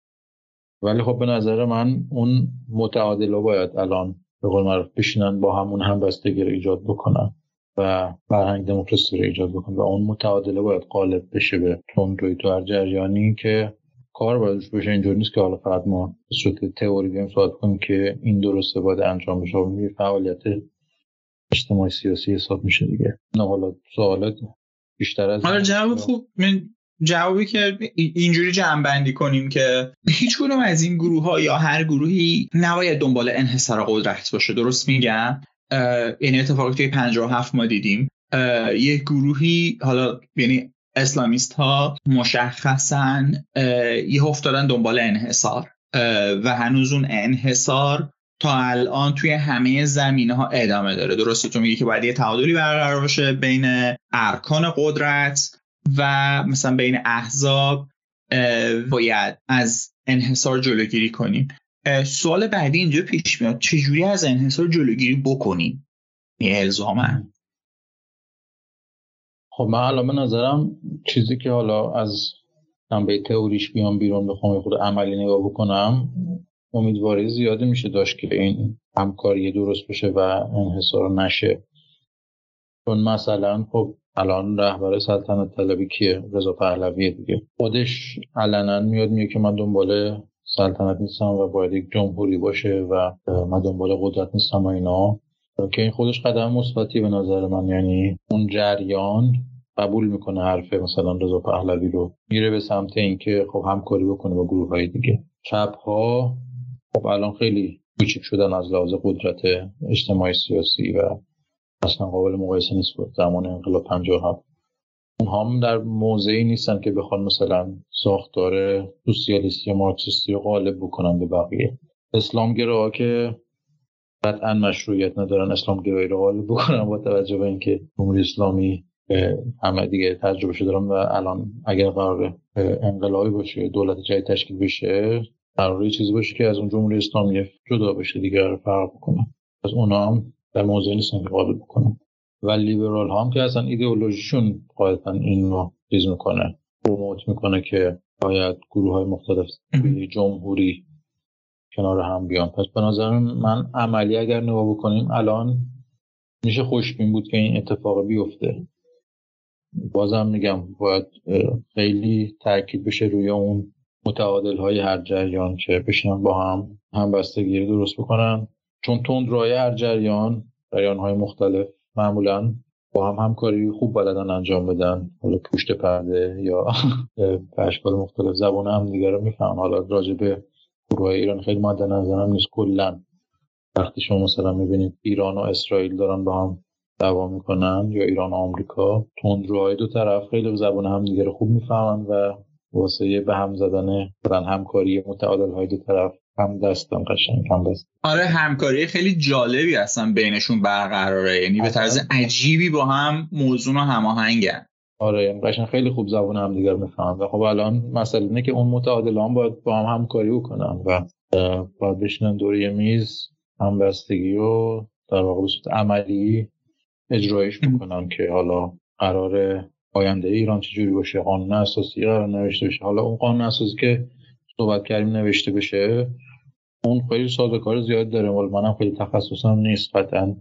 ولی خب به نظر من اون متعادلا باید الان به قول معروف بشینن با همون همبستگی رو ایجاد بکنن و فرهنگ دموکراسی رو ایجاد بکنن و اون متعادلا باید غالب بشه به تندروی تو هر جریانی که کار باید بشه. اینجوری نیست که حالا فقط ما به صورت تئوری بیایم صحبت کنیم که این درسته باید انجام بشه و فعالیت اجتماعی سیاسی حساب میشه دیگه. نه حالا سوالات بیشتر از حالا جواب خوب من جوابی که اینجوری جمع‌بندی کنیم که هیچ کدوم از این گروه ها یا هر گروهی نباید دنبال انحصار قدرت باشه. درست میگم؟ یعنی اتفاقی توی پنجاه و هفت ما دیدیم یک گروهی، حالا یعنی اسلامیست ها مشخصاً یه افتادن دنبال انحصار و هنوز اون انحصار تا الان توی همه زمینه ها ادامه داره. درسته تو میگی که باید یه تعادلی برقرار باشه بین ارکان قدرت و مثلا بین احزاب، باید از انحصار جلوگیری کنیم. سوال بعدی اینجا پیش میاد چجوری از انحصار جلوگیری بکنیم؟ یه الزاماً. خب من الان به نظرم چیزی که حالا از منبع تئوریش بیام بیرون بخوام خود عملی نگاه بکنم، امیدواری زیاده میشه داشت که این همکاری درست بشه و انحصار نشه. چون مثلا خب الان رهبر سلطنت طلبی کیه؟ رضا پهلوی دیگه. خودش علنا میاد میگه که من دنبال سلطنت نیستم و باید یک جمهوری باشه و من دنبال قدرت نیستم و اینا، که این خودش قدم مثبتی به نظر من. یعنی اون جریان قبول میکنه حرف مثلا رضا پهلوی رو، میره به سمت اینکه خب همکاری بکنه با گروه‌های دیگه. چپ ها خب الان خیلی کوچیک شدن از لحاظ قدرت اجتماعی سیاسی و اصلا قابل مقایسه نیست با زمان انقلاب پنجاه و هفت. اونها هم در موضعی نیستن که بخوان مثلا ساختار سوسیالیستی یا مارکسیستی رو غالب بکنن به بقیه. اسلامگراها که قطعا مشروعیت ندارن اسلامگرایی رو غالب بکنن با توجه به اینکه جمهوری اسلامی همه دیگه تجربه شده دارن و الان اگر قرار انقلابی باشه دولت جدید تشکیل بشه قراره چیزی باشه که از اون جمهوری اسلامی جدا بشه دیگه، رو فرق بکنه. از اونها هم در موضوع نیستن که غالب بکنن. و لیبرال هم که اصلا ایدئولوژیشون قاعدتا این رو چیز میکنه، پروموت میکنه که باید گروه های مختلف جمهوری کنار هم بیان. پس به نظر من عملی اگر نگاه بکنیم الان میشه خوشبین بود که این اتفاق بیفته. بازم میگم باید خیلی تاکید بشه روی اون متعادل های هر جریان که بشینن با هم همبستگی درست بکنن، چون تندروهای هر جریان جریان های مختلف معمولا با هم همکاری خوب بلدن انجام بدن، حالا پشت پرده یا به اشکال مختلف زبان هم دیگه رو میفهمن. حالا راجع به گروه ایران خیلی مد نظرم نیست، کلا وقتی شما مثلا میبینید ایران و اسرائیل دارن با هم دعوا میکنن یا ایران و آمریکا، تندروهای دو طرف خیلی زبان هم دیگه رو خوب میفهمن و واسه به هم زدن مثلا همکاری متعادل های دو طرف هم دستن قشنگ هم دست. آره همکاری خیلی جالبی هستن بینشون برقراره، یعنی به طرز عجیبی با هم موضوع و هماهنگن. آره یعنی قشنگ خیلی خوب زبان هم دیگه رو میفهمن و خب الان مسئله اینه که اون متعادلان باید با هم همکاری بکنن و باید بشینن دور یه میز همبستگی و در واقع به صورت عملی اجرایش بکنن که حالا قرار آینده ایران چجوری باشه، قانون اساسی قرار نوشته بشه. حالا اون قانون اساسی که صحبت کردیم نوشته بشه اون خیلی سازوکار زیاد داره، ولی منم خیلی تخصصم نیست، قطعا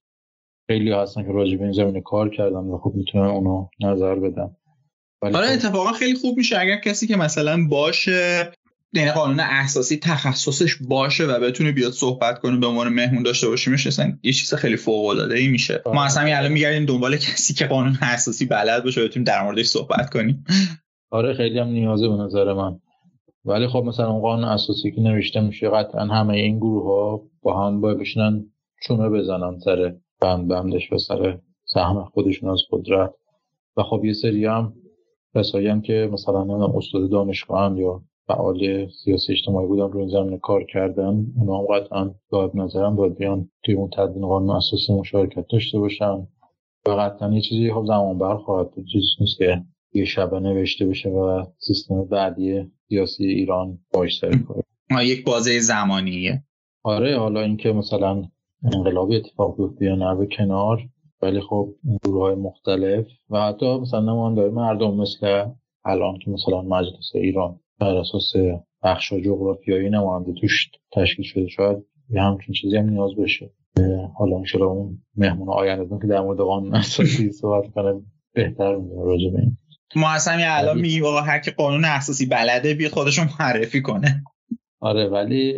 خیلی هستن که راجع به این زمینه کار کردن و خوب میتونن اونو نظر بدن. حالا اتفاقا خیلی خوب میشه اگر کسی که مثلا باشه، یعنی قانون اساسی تخصصش باشه و بتونه بیاد صحبت کنه به عنوان مهمون داشته باشیمش، اصلا یه چیز خیلی فوق العاده ای میشه. ما اصلا الان میگردیم دنبال کسی که قانون اساسی بلد باشه بتونیم در موردش صحبت کنیم. آره خیلی هم نیازه به نظر من. ولی خب مثلا اون قانون اساسی که نوشته میشه قطعا همه این گروه ها با هم باید بشینن چونه بزنن سر بند بندش و سر سهم خودشون از قدرت. و خب یه سری هم کسایی هم که مثلا استاد دانشگاه یا فعال سیاسی اجتماعی بودن روی این زمینه کار کردن، اونا هم قطعا باید نظرم باید بیان توی اون تدوین قانون اساسی مشارکت داشته باشن و قطعا یه چیزی خب زمان بر خواهد بود، چیزی نیست که یه شبه نوشته بشه و سیستم بعدی سیاسی ایران باش سر کنه. یک بازه زمانیه. آره حالا اینکه مثلا انقلابی اتفاق بیفته یا نه به کنار، ولی خب گروه‌های مختلف و حتی مثلا نمایندگان مردم مثل الان که مثلا مجلس ایران بر اساس بخش جغرافیایی نماینده توش تشکیل شده، شاید یه همچین چیزی هم نیاز بشه. حالا ان شاءالله اون مهمون آینده که در مورد قانون اساسی صحبت کنه بهتر می‌دونه راجع به این. ما اصلا الان میگیم آقا هر کی قانون اساسی بلده بیاد خودشون معرفی کنه. آره ولی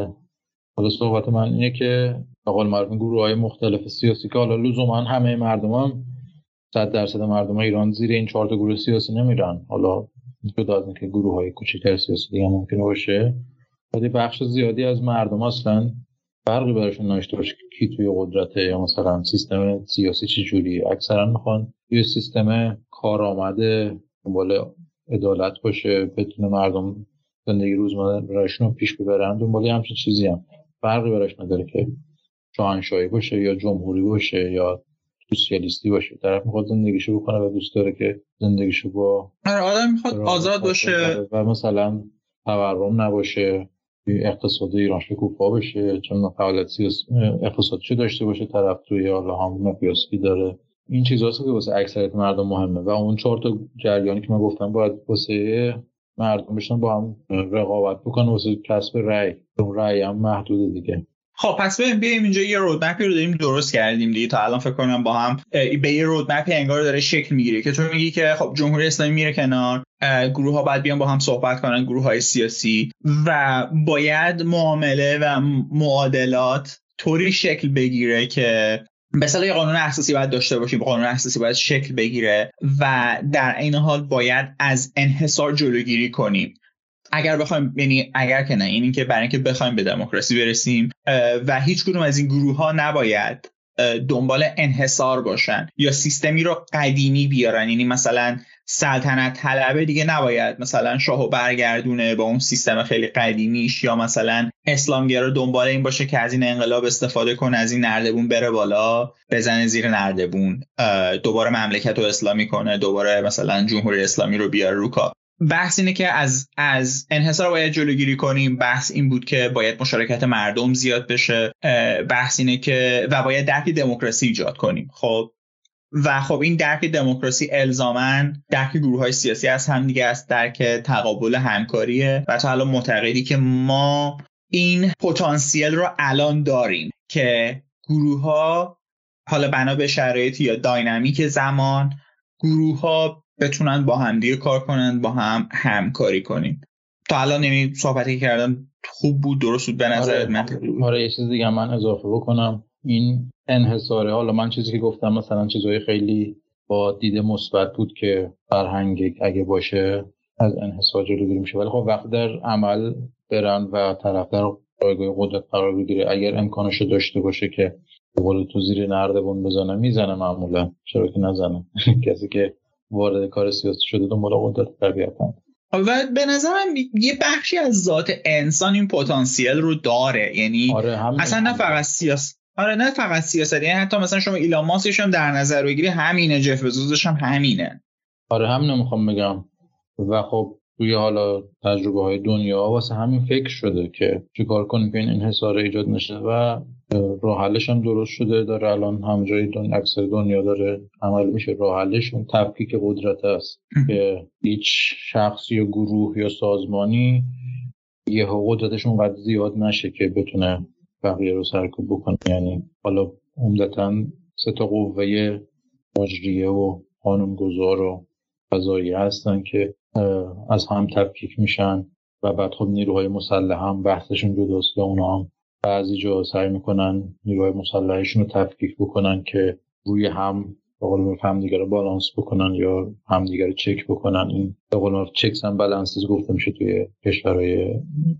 حالا صحبت من اینه که به قول معروف گروه‌های مختلف سیاسی که حالا لزوما همه مردم هم صد درصد مردم ایران زیر این چهار تا گروه سیاسی نمیرن، حالا جدا از اینکه گروه‌های کوچکتر سیاسی دیگه ممکنه باشه، ولی بخش زیادی از مردم اصلا فرقی براشون نداشته باشه کی توی قدرته یا مثلا سیستم سیاسی چه جوری، اکثرا میخوان یه سیستم کارآمد دنبال عدالت باشه، بتونه مردم زندگی روزمره‌شون رو پیش ببرن، دنبال همچین چیزی هم فرقی براش نداره که شاهنشاهی باشه یا جمهوری باشه یا سوسیالیستی باشه. طرف میخواد زندگیشو بکنه و دوست داره که زندگیشو با آدم میخواد آزاد باشه و مثلا تورم نباشه، اقتصاد ایران شکوفا بشه، چون فعالیت سیاسی اقتصادی داشته باشه طرف توی حالا همون پیاسی داره. این چیزاست که واسه اکثریت مردم مهمه و اون چهار تا جریانی که من گفتم باید واسه مردم بشن با هم رقابت بکنن واسه کسب رأی. اون رأی هم محدوده دیگه. خب پس بریم بیایم اینجا یه رودمپی رو داریم درست کردیم دیگه، تا الان فکر کنم با هم به یه رودمپی انگار داره شکل میگیره که تو میگی که خب جمهوری اسلامی میره کنار، گروه ها باید بیان با هم صحبت کنن، گروه های سیاسی، و باید معامله و معادلات طوری شکل بگیره که مثلا یه قانون اساسی باید داشته باشیم، قانون اساسی باید شکل بگیره و در این حال باید از انحصار جلوگیری کنیم. اگر بخوایم، یعنی اگر که نه، اینی که برای اینکه بخوایم به دموکراسی برسیم و هیچ کدوم از این گروه ها نباید دنبال انحصار باشن یا سیستمی رو قدیمی بیارن، یعنی مثلا سلطنت طلبه دیگه نباید مثلا شاهو برگردونه با اون سیستم خیلی قدیمیش، یا مثلا اسلامگرا دنبال این باشه که از این انقلاب استفاده کنه، از این نردبون بره بالا بزنه زیر نردبون، دوباره مملکت رو اسلامی کنه، دوباره مثلا جمهوری اسلامی رو بیاره رو کار. بحث اینه که از از انحصار باید جلوگیری کنیم. بحث این بود که باید مشارکت مردم زیاد بشه. بحث اینه که و باید درک دموکراسی ایجاد کنیم. خب و خب این درک دموکراسی الزاماً درک گروه‌های سیاسی از هم دیگه است، درک تقابل همکاریه و تا الان معتقدی که ما این پتانسیل رو الان داریم که گروه‌ها حالا بنا به شرایط یا داینامیک زمان گروه‌ها بتونن با هم دیگه کار کنن، با هم همکاری کنین. تا الان نمی صحبتی که کردم خوب بود، درست بود به نظرت؟ من آره یه چیز دیگه من اضافه بکنم، این انحصاره، حالا من چیزی که گفتم مثلا چیزای خیلی با دید مثبت بود که فرهنگ اگه باشه از انحصار جلوگیری میشه، ولی خب وقتی در عمل برن و طرفدار جایگاه قدرت قرار بگیره، اگر امکانش داشته باشه که به قول تو زیر نردبون بزنه، میزنه معمولا، چرا که نزنه. کسی که وارد کار سیاسی شده دنبال قدرت طبیعتاً. و به نظرم یه بخشی از ذات انسان این پتانسیل رو داره، یعنی آره اصلا نه فقط سیاست، آره نه فقط سیاست، یعنی حتی مثلا شما ایلان ماسکش هم در نظر بگیری همینه، جف بزوسش هم همینه. آره همینو میخوام بگم. و خب توی حالا تجربه های دنیا واسه همین فکر شده که چیکار کنیم که این انحصار ایجاد نشه و راه حلش هم درست شده، داره الان هم جای دنیا، اکثر دنیا داره عمل میشه. راه حلش اون تفکیک قدرت است که هیچ شخص یا گروه یا سازمانی یه قدرتش اونقدر زیاد نشه که بتونه بقیه رو سرکوب بکنه. یعنی حالا عمدتاً سه تا قوه مجریه و قانونگذار و قضایی هستن که از هم تفکیک میشن و بعد خب نیروهای مسلح هم بحثشون جداست که اونا هم بعضی جا سعی میکنن نیروهای مسلحشون رو تفکیک بکنن که روی هم به قول معروف هم دیگه رو بالانس بکنن یا هم دیگه رو چک بکنن. این به قول معروف چکس اند بالانسز گفته میشه توی کشورهای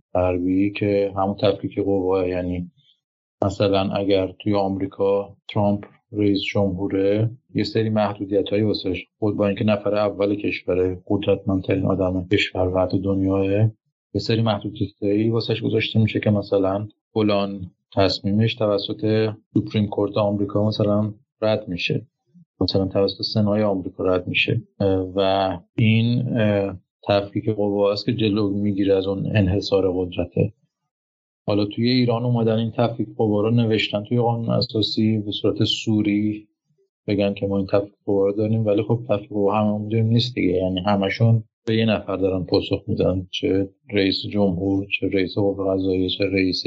غربی که همون تفکیک قوا. یعنی مثلا اگر توی آمریکا ترامپ رئیس جمهوره، یه سری محدودیت‌هایی واسش، خود با اینکه نفر اول کشور، قدرتمندترین آدم کشور و حتی دنیاه، یه سری محدودیت‌هایی واسش گذاشته میشه که مثلا فلان تصمیمش توسط سوپریم کورت آمریکا مثلا رد میشه، مثلا توسط سنای آمریکا رد میشه و این تفکیک قوا است که جلو میگیره از اون انحصار قدرته. حالا توی ایران اومدن این تفکیک قوا رو نوشتن توی قانون اساسی به صورت سوری، بگن که ما این تفکیک قوا رو داریم، ولی خب تفکیک قوا هممون داریم نیست دیگه. یعنی همشون به یه نفر دارن پاسخ میدن، چه رئیس جمهور، چه رئیس قوه قضاییه، چه رئیس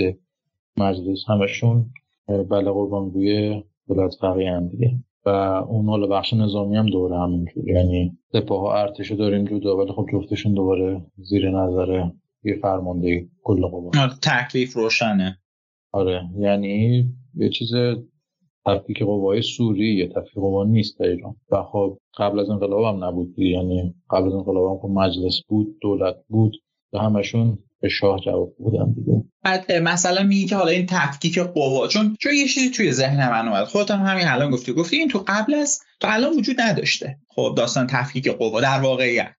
مجلس، همشون بله قربانگوی دولت فقیه‌اند دیگه. و اون حالا بخش نظامی هم دوره همینجور، یعنی سپاه و ارتش رو داریم جدا، ولی خب جفتشون دوباره زیر نظر یه فرمانده کل قوا. تکلیف روشنه. آره یعنی یه چیز تفکیک قوای سوری یا تفکیک قوا نیست در ایران. و خب قبل از انقلاب هم نبود، یعنی قبل از انقلاب هم مجلس بود، دولت بود و همشون به شاه جواب بودن دیگه. بعد مثلا میگی که حالا این تفکیک قوا، چون چون یه چیزی توی ذهن من اومد، خودت هم همین الان گفتی گفتی این تو قبل از تا الان وجود نداشته. خب داستان تفکیک قوا در واقعیت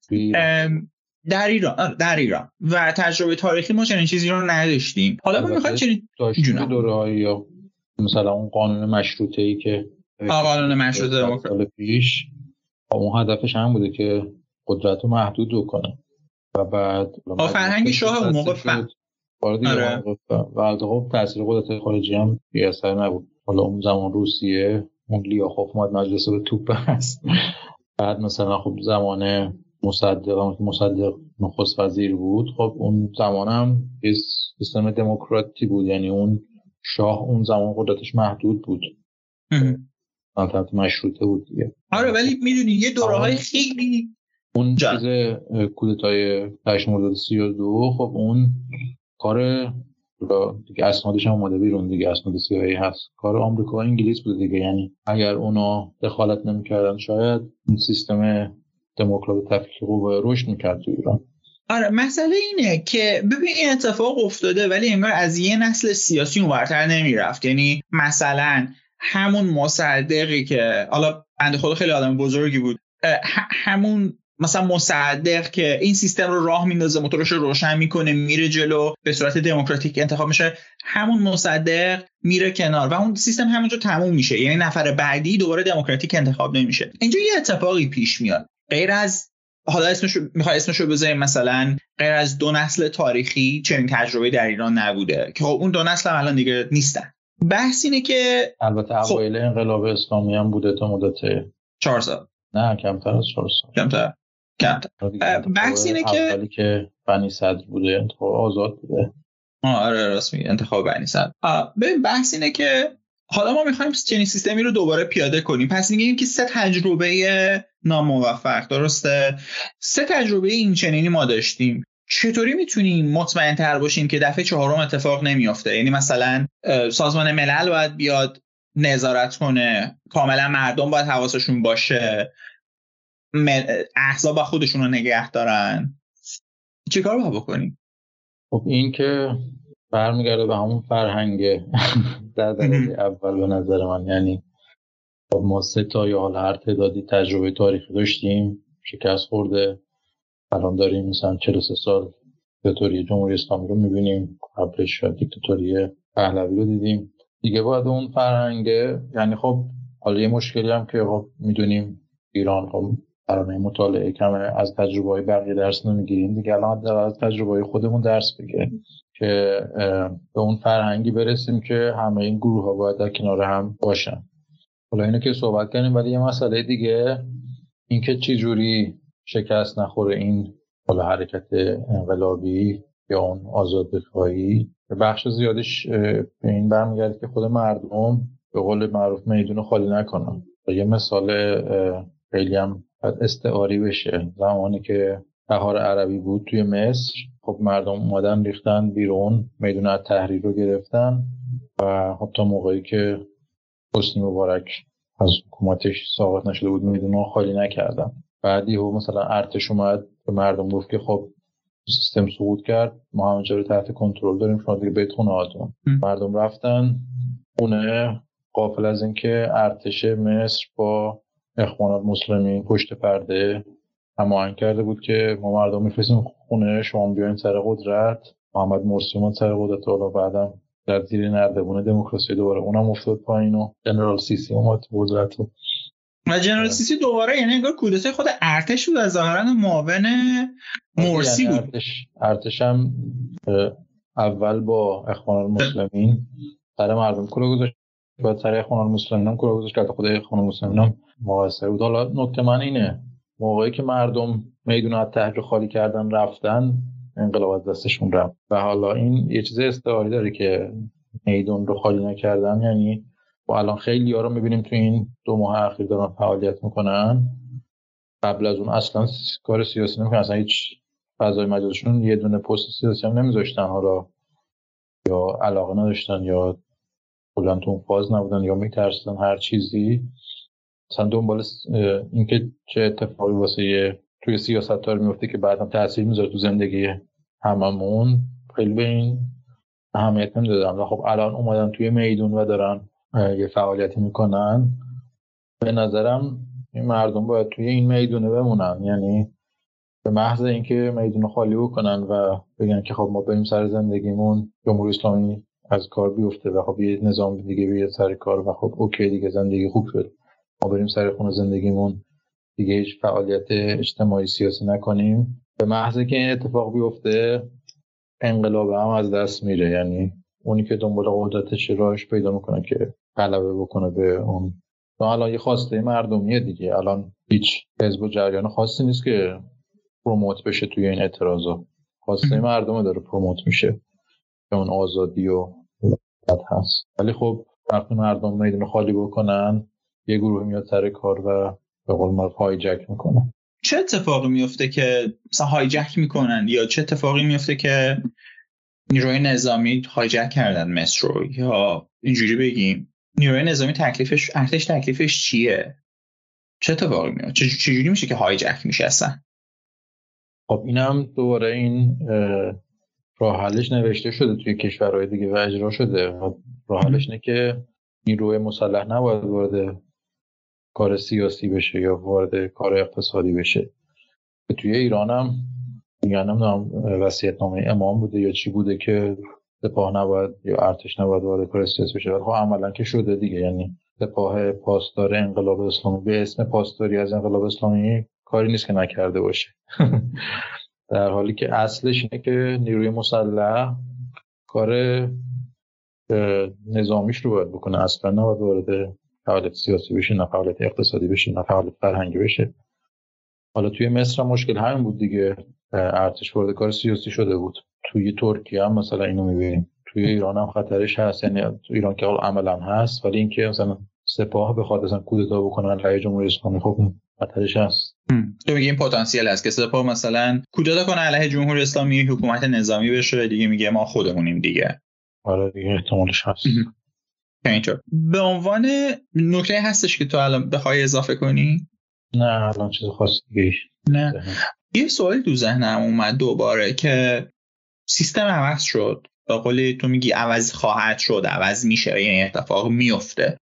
در ایران در ایران و تجربه تاریخی ما چنین چیزی رو نداشتیم. حالا ما می‌خوایم چنین داشتیم دوره‌ای یا مثلا اون قانون مشروطه‌ای که قانون مشروطه سال پیش اون هدفش هم بوده که قدرت رو محدود بکنه و بعد با فرهنگ شاه اون موقع شد وارد آره. و خب تاثیر قدرت خارجی هم بی اثر نبود. حالا اون زمان روسیه اون لیاخوف اومد مجلس رو توپ بست. بعد مثلا خب زمان مصدق مصدق نخست وزیر بود، خب اون زمان هم سیستم دموکراتی بود، یعنی اون شاه اون زمان قدرتش محدود بود، سلطنت مشروطه بود دیگه. آره ولی میدونی یه دوره‌های خیلی اون جا. چیز کودتای هشت مرداد سی و دو، خب اون کار دیگه اسنادش هم اومده بیرون دیگه، اسناد سیایی هست، کار آمریکا و انگلیس بود دیگه. یعنی اگر اونا دخالت نمی‌کردن شاید این سیستم دموکراسی تفکیک قوا رشد می‌کرد تو ایران. آره مسئله اینه که ببین این اتفاق افتاده ولی انگار از یه نسل سیاسی اونورتر نمیرفت. یعنی مثلا همون مصدقی که حالا بنده خدا خیلی آدم بزرگی بود، همون مثلا مصدق که این سیستم رو راه میندازه، موتورش رو روشن میکنه، میره جلو، به صورت دموکراتیک انتخاب میشه، همون مصدق میره کنار و اون سیستم همونجا تموم میشه. یعنی نفر بعدی دوباره دموکراتیک انتخاب نمیشه. اینجا یه اتفاقی پیش میاد غیر از حالا اسمشو میخوای اسمشو بذاریم مثلا غیر از دو نسل تاریخی چنین تجربه در ایران نبوده که خب اون دو نسل هم الان دیگه نیستن. بحث اینه که البته اوایل خب انقلاب اسلامی هم بوده تا مدت چهار سال، نه کمتر از چهار سال، کمتر کمتر. بحث اینه که اولی که بنی صدر بوده انتخاب آزاد بوده. آره راست میگی، انتخاب بنی صدر. ببین بحث اینه که حالا ما میخوایم چنین سیستمی رو دوباره پیاده کنیم، پس میگیم که سه تجربه ناموفق، درسته؟ سه تجربه این چنینی ما داشتیم. چطوری میتونیم مطمئن تر باشیم که دفعه چهارم اتفاق نمیافته؟ یعنی مثلا سازمان ملل باید بیاد نظارت کنه، کاملا مردم باید حواسشون باشه، احزاب خودشون رو نگه دارن، چه کار باید بکنیم؟ خب این که برمیگرده به همون فرهنگه در درجه اول به نظر من. یعنی ما سه تا یا حالا هر تعدادی تجربه تاریخی داشتیم، شکست خورده، الان داریم مثلا چهل و سه سال دیکتاتوری جمهوری اسلامی رو میبینیم، قبلش دیکتاتوری پهلوی رو دیدیم دیگه. باید اون فرهنگه، یعنی خب حالا یه مشکلی هم که خب میدونیم ایران خب برای مطالعه کمه، از تجربه‌های بقیه درس نمیگیریم دیگه. الان از تجربه‌های خودمون درس بگیریم که به اون فرهنگی برسیم که همه این گروه‌ها باید در کنار هم باشن. حالا اینو که صحبت کردیم، ولی یه مسئله دیگه این که چه جوری شکست نخوره این حالا حرکت انقلابی یا اون آزادخواهی، بخش زیادش به این برمیگرده که خود مردم به قول معروف میدون خالی نکنن. یه مثال خیلی هم استعاری بشه، زمانی که بهار عربی بود توی مصر، خب مردم اومدن ریختن بیرون، میدون التحریر رو گرفتن و خب تا موقعی که حسنی مبارک از حکومتش ساقط نشده بود میدون خالی نکردن. بعدی و مثلا ارتش اومد به مردم گفت که خب سیستم سقوط کرد، ما همونجا رو تحت کنترل داریم، شما دیگه برید خونه هاتون. مردم رفتن خونه، غافل از اینکه ارتش مصر با اخوان المسلمین پشت پرده هماهنگ کرده بود که ما مردم میفرستیم خونه، شما بیاین سر قدرت. محمد مرسی اومد سر قدرت، حالا بعدم در زیر نردبون دموکراسی دوباره اونم افتاد پایین و جنرال سیسی اومد قدرت. و جنرال سیسی دوباره یعنی انگار کودتای خود ارتش بود، از ظاهرا معاون مرسی یعنی بود. ارتش ارتش هم اول با اخوان المسلمین سر مردم کلا گذاشت، بعد سر اخوان المسلمین هم کلا گذاشت که خود اخوان المسلمین هم مقصر بود. حالا نکته من اینه، موقعی که مردم میدون التحریر خالی کردن رفتن، انقلاب از دستشون رفت. و حالا این یه چیز استعاری داره که میدون رو خالی نکردن، یعنی با الان خیلی ها رو میبینیم تو این دو ماه اخیر دارن فعالیت میکنن، قبل از اون اصلا کار سیاسی نمیکنن، اصلا هیچ فضای مجازشون یه دونه پست سیاسی هم نمیذاشتن، حالا یا علاقه نداشتن یا کلا تو اون فاز نبودن یا میترسن هر چیزی. مثلا دنبال این که چه اتفاقی واسه توی سیاست‌دار میفته که بعداً تاثیر میذاره تو زندگی هممون، خیلی به این اهمیت نمیدادن. و خب الان اومدن توی میدون و دارن یه فعالیتی میکنن. به نظرم این مردم باید توی این میدونه بمونن، یعنی به محض اینکه میدون خالی بکنن و بگن که خب ما بریم سر زندگیمون، جمهوری اسلامی از کار بیفته و خب یه نظام دیگه بیاد سر کار و خب اوکی دیگه زندگی خوب شد، ما بریم سر خونه زندگیمون، دیگه هیچ فعالیت اجتماعی سیاسی نکنیم، به محض که این اتفاق بیفته انقلاب هم از دست میره. یعنی اونی که دنبال قدرتش راهش پیدا میکنه که غلبه بکنه به اون. الان یه خواسته مردمیه دیگه، الان هیچ حزب و جریان خاصی نیست که پروموت بشه توی این اعتراضا، خواسته مردم داره پروموت میشه که اون آزادی و حقوق هست. ولی خب وقتی مردم میدون خالی بکنن، یه گروه میاد سر کار و به قول معروف هایجک میکنن. چه اتفاقی میفته که مثلا هایجک میکنن، یا چه اتفاقی میفته که نیروی نظامی هایجک کردن مصر رو، یا اینجوری بگیم نیروی نظامی تکلیفش، ارتش تکلیفش چیه؟ چه اتفاقی میفته؟ چه چجوری میشه که هایجک میشه اصلا؟ خب اینم دوباره این راه حلش نوشته شده توی کشورهای دیگه و اجرا شده. راه حلش اینه که نیروی مسلح نباید وارد کار سیاسی بشه یا وارد کار اقتصادی بشه. توی ایران هم میگن نمیدونم وصیت‌نامه امام بوده یا چی بوده که سپاه نباید یا ارتش نباید وارد کار سیاسی بشه. خب عملاً که شده دیگه، یعنی سپاه پاسدار انقلاب اسلامی به اسم پاسداری از انقلاب اسلامی کاری نیست که نکرده باشه در حالی که اصلش اینه که نیروی مسلح کار نظامیش رو باید بکنه، اصلا نباید وارد فعالیت سیاسی بشه، نه فعالیت اقتصادی بشه، نه فعالیت فرهنگی بشه. حالا توی مصر مشکل همین بود دیگه، ارتش وارد کار سیاسی شده بود. توی ترکیه هم مثلا اینو می‌بینیم، توی ایران هم خطرش هست، یعنی تو ایران که عملاً هست، ولی اینکه مثلا سپاه بخواد مثلا کودتا بکنن علیه جمهوری اسلامی، خب خطرش هست. تو میگی این پتانسیل هست که سپاه مثلا کودتا کنه علیه جمهوری اسلامی، حکومت نظامی بشه دیگه، میگه ما خودمونیم دیگه. آره دیگه احتمالش هست. اینطور به عنوان نکته هستش که تو الان بخوای اضافه کنی؟ نه الان چیز خاصی دیگه نه. یه سوال تو ذهنم اومد دوباره که سیستم عوض شد به قول تو میگی عوض خواهد شد، عوض میشه، یعنی اتفاق میفته.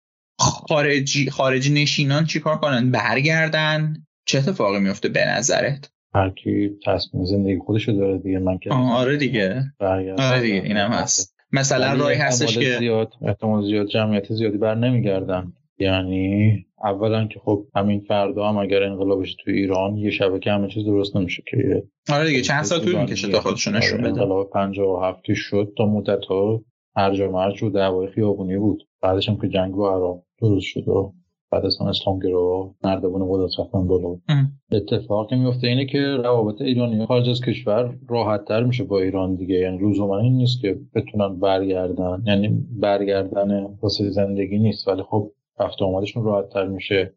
خارجی خارجی نشینان چیکار کنن؟ برگردن؟ چه اتفاقی میفته به نظرت؟ هر کی تصمیم زندگی خودشو داره دیگه. من که آره دیگه آره دیگه اینم هست. مثلا راهی هستش که زیاد احتمال زیاد جمعیت زیادی بر نمیگردن. یعنی اولا که خب همین فردا هم اگر انقلابش تو ایران یه شبه که همه چیز درست نمیشه که آره دیگه چند سال طول میکشه تا خودشون نشون بده. انقلاب پنجاه و هفت شد تا مدت‌ها هرج و مرج و دعوای خیابونی بود. بعدش هم که جنگ با عراق درست شد و بعد از اون اسلامگرا نردبون قدرت رفتن بالا. اتفاقی میفته اینه که روابط ایرانی خارج از کشور راحت‌تر میشه با ایران دیگه. یعنی لزوما این نیست که بتونن برگردن، یعنی برگردن واسه زندگی نیست، ولی خب رفت و آمدشون راحت‌تر میشه.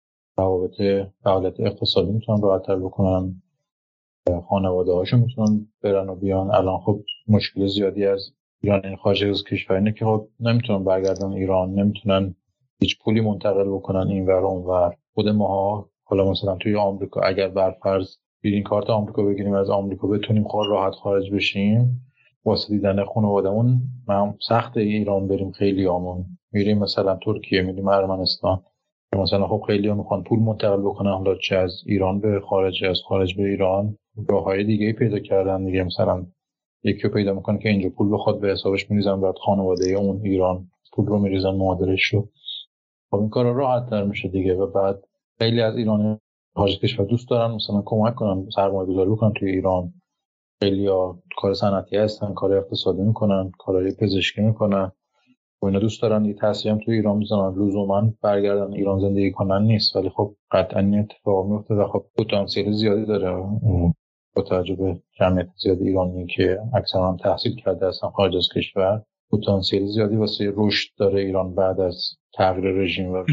روابط فعالیت اقتصادی میتونن راحت‌تر بکنن، خانواده‌هاشون میتونن برن و بیان. الان خب مشکل زیادی از ایرانی خارج از کشور اینه که خب نمیتونن برگردن ایران، نمیتونن هیچ پولی منتقل بکنن این ور اون ور. خود ماها حالا مثلا توی آمریکا اگر برفرض گرین کارت آمریکا بگیریم از آمریکا بتونیم خود راحت خارج بشیم واسه دیدن خانواده‌مون، ما سخت ایران بریم. خیلی همون میریم مثلا ترکیه، میریم ارمنستان، مثلا خب خیلی ها میخوان پول منتقل بکنن، حالا چه از ایران به خارج، از خارج به ایران. راههای دیگه پیدا کردن دیگه، مثلا یکی رو پیدا میکنه که اینجا پول بخواد به حسابش میریزن، بعد خانواده اون ایران پول رو میریزن معادلش رو. خب این کار راحت تر میشه دیگه. و بعد خیلی از ایرانی خارج کشور دوست دارن مثلا کمک کنن، سرمایه گذاری بکنن توی ایران. خیلی ها کار صنعتی هستن، کار اقتصادی میکنن، کارهای پزشکی میکنن و اینا دوست دارن یه تأثیری هم توی ایران بزنن. لزوما برگردن ایران زندگی کنن نیست، ولی خب قطعا این اتفاق میفته و خب پتانسیل زیادی داره با توجه به جمعیت زیاد ایرانی که اکثرا هم تحصیل کرده هستن خارج از کشور. پتانسیل زیادی واسه رشد داره ایران بعد از تغییر رژیم و,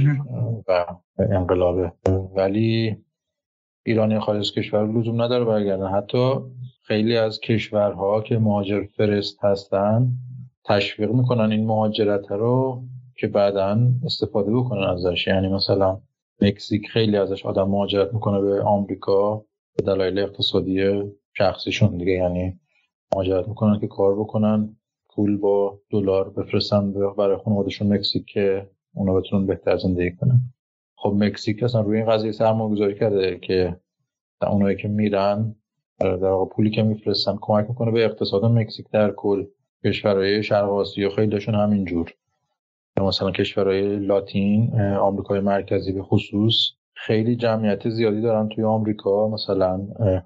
و انقلاب. ولی ایرانی خارج از کشور لزوم نداره برگردن. حتی خیلی از کشورها که مهاجر فرست هستن تشویق میکنن این مهاجرت رو که بعداً استفاده بکنن ازش. یعنی مثلا مکزیک خیلی ازش آدم مهاجرت میکنه به آمریکا به دلایل اقتصادی شخصیشون دیگه. یعنی مهاجرت میکنن که کار بکنن، پول با دلار بفرستن برای خانواده‌شون مکزیک که اونا بتونن بهتر زندگی کنن. خب مکزیک اصلا روی این قضیه سرمایه‌گذاری کرده که اونایی که میرن در واقع پولی که میفرستن کمک میکنه به اقتصاد مکزیک در کل. کشورهای شرق آسیا خیلیشون همینجور، مثلا کشورهای لاتین، آمریکای مرکزی به خصوص خیلی جمعیت زیادی دارن توی آمریکا، مثلا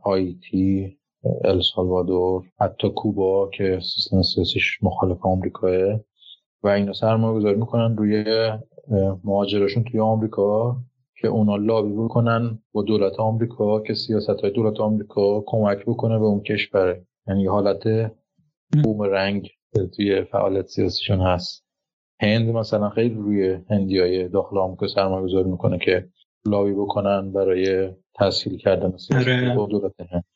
هایتی، السالوادور، حتی کوبا که سیستم سیاسیش مخالف آمریکاه و اینا سرمایه گذاری میکنن روی مهاجرشون توی آمریکا که اونا لابی بکنن با دولت آمریکا که سیاست‌های دولت آمریکا کمک بکنه به اون کشور. یعنی حالت بومرنگ توی فعالیت سیاسیشون هست. هند مثلا خیلی روی هندیای داخل آمریکا سرمایه گذاری میکنه که لابی بکنن برای تسهیل کردن سیاست با دولت هند.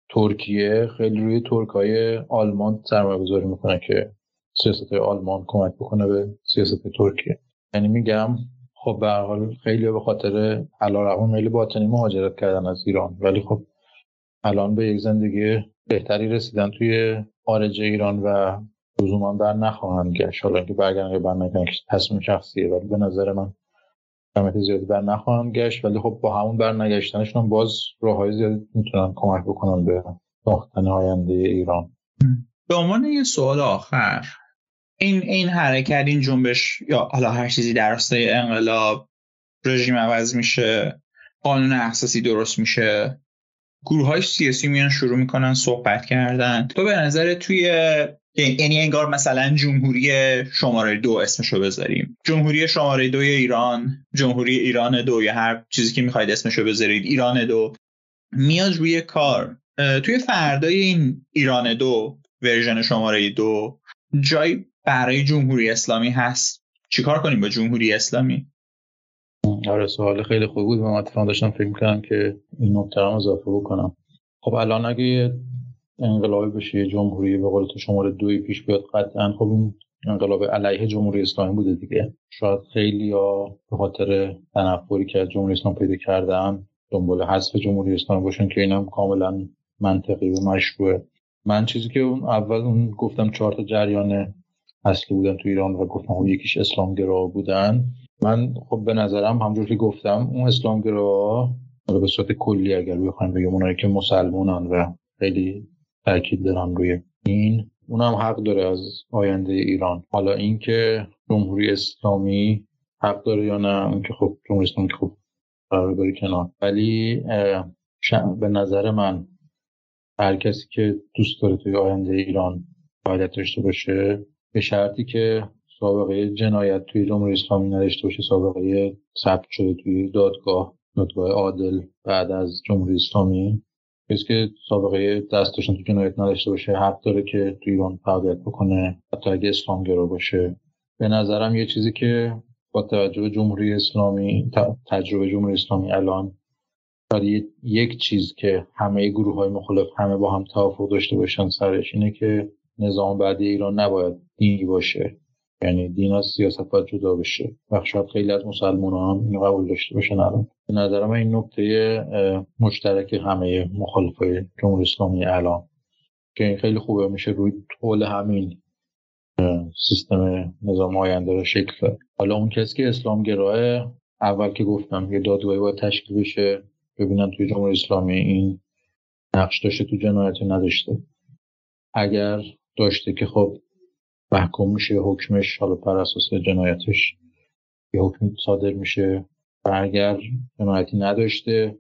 ترکیه خیلی روی ترکای آلمان سرمایه گذاری میکنه که سیاست آلمان کمک بکنه به سیاست ترکیه. یعنی میگم خب به هر حال خیلی به خاطر علیرغم میل باطنی مهاجرت کردن از ایران، ولی خب الان به یک زندگی بهتری رسیدن توی خارج ایران و لزوما بر نخواهند گشت. حالا اینکه برگردن یا بر نگردن تصمیم شخصیه، ولی به نظر من جمعیت زیادی بر نخواهند گشت. ولی خب با همون بر نگشتنشون باز راههای زیادی میتونن کمک بکنن به ساختن آینده ایران. به عنوان یه سوال آخر، این این حرکت، این جنبش یا حالا هر چیزی در راستای انقلاب، رژیم عوض میشه، قانون اساسی درست میشه، گروه‌های سیاسی میان شروع میکنن صحبت کردن. تو به نظر توی یعنی انگار مثلا جمهوری شماره دو اسمشو بذاریم، جمهوری شماره دو ایران، جمهوری ایران دو یا هر چیزی که میخواید اسمشو بذارید، ایران دو میاد روی کار. توی فردای این ایران دو ورژن شماره دو جای برای جمهوری اسلامی هست؟ چیکار کنیم با جمهوری اسلامی؟ آره سوال خیلی خوب بود و من اتفاقا داشتم فکر می‌کردم که این نکته رو اضافه بکنم. خب الان اگه انقلابی بشه جمهوری به قول تو شماره دوی پیش بیاد، قطعاً خب این انقلاب علیه جمهوری اسلامی بوده دیگه. شاید خیلی‌ها به خاطر تنفری که از جمهوری اسلامی پیدا کردن دنبال حذف جمهوری اسلامی باشن که اینم کاملاً منطقی و مشروعه. من چیزی که اون اول اون گفتم چهار تا جریان اصلی بودن تو ایران و گفتم خب یکیش اسلامگرا بودن. من خب به نظرم همونجور که گفتم اون اسلامگرا به صورت کلی اگر بخوایم بگیم اونایی که مسلمانن و خیلی تاکید دارن روی این، اونم حق داره از آینده ایران. حالا این که جمهوری اسلامی حق داره یا نه، اون که خب جمهوری اسلامی خب قرار بری کنار، ولی به نظر من هر کسی که دوست داره توی آینده ایران فعالیت داشته باشه، به شرطی که سابقه جنایت توی جمهوری اسلامی نداشته باشه، سابقه ثبت شده توی دادگاه دادگاه عادل بعد از جمهوری اسلامی، کسی که سابقه دست داشتن تو جنایت نداشته باشه حق داره که توی ایران فعالیت بکنه، حتی اگه اسلامگرا باشه. به نظرم یه چیزی که با توجه به جمهوری اسلامی، تجربه جمهوری اسلامی الان، شاید یک چیز که همه گروه‌های مخالف همه با هم توافق داشته باشن سرش اینه که نظام بعدی ایران نباید دینی باشه، یعنی دین از سیاست باید جدا بشه. و شاید خیلی از مسلمانان هم اینو قبول داشته باشن. الان به نظر من این نکته مشترک همه مخالفای جمهوری اسلامی الان که این خیلی خوبه، میشه روی طول همین سیستم نظام آینده رو شکل داد. حالا اون کسی که اسلامگراه، اول که گفتم یه دادگاهی باید تشکیل بشه ببینن توی جمهوری اسلامی این نقش داشته تو جنایت نداشته. اگر داشته که خب محکوم میشه، حکمش حالا بر اساس جنایتش یه حکم صادر میشه. و اگر جنایتی نداشته،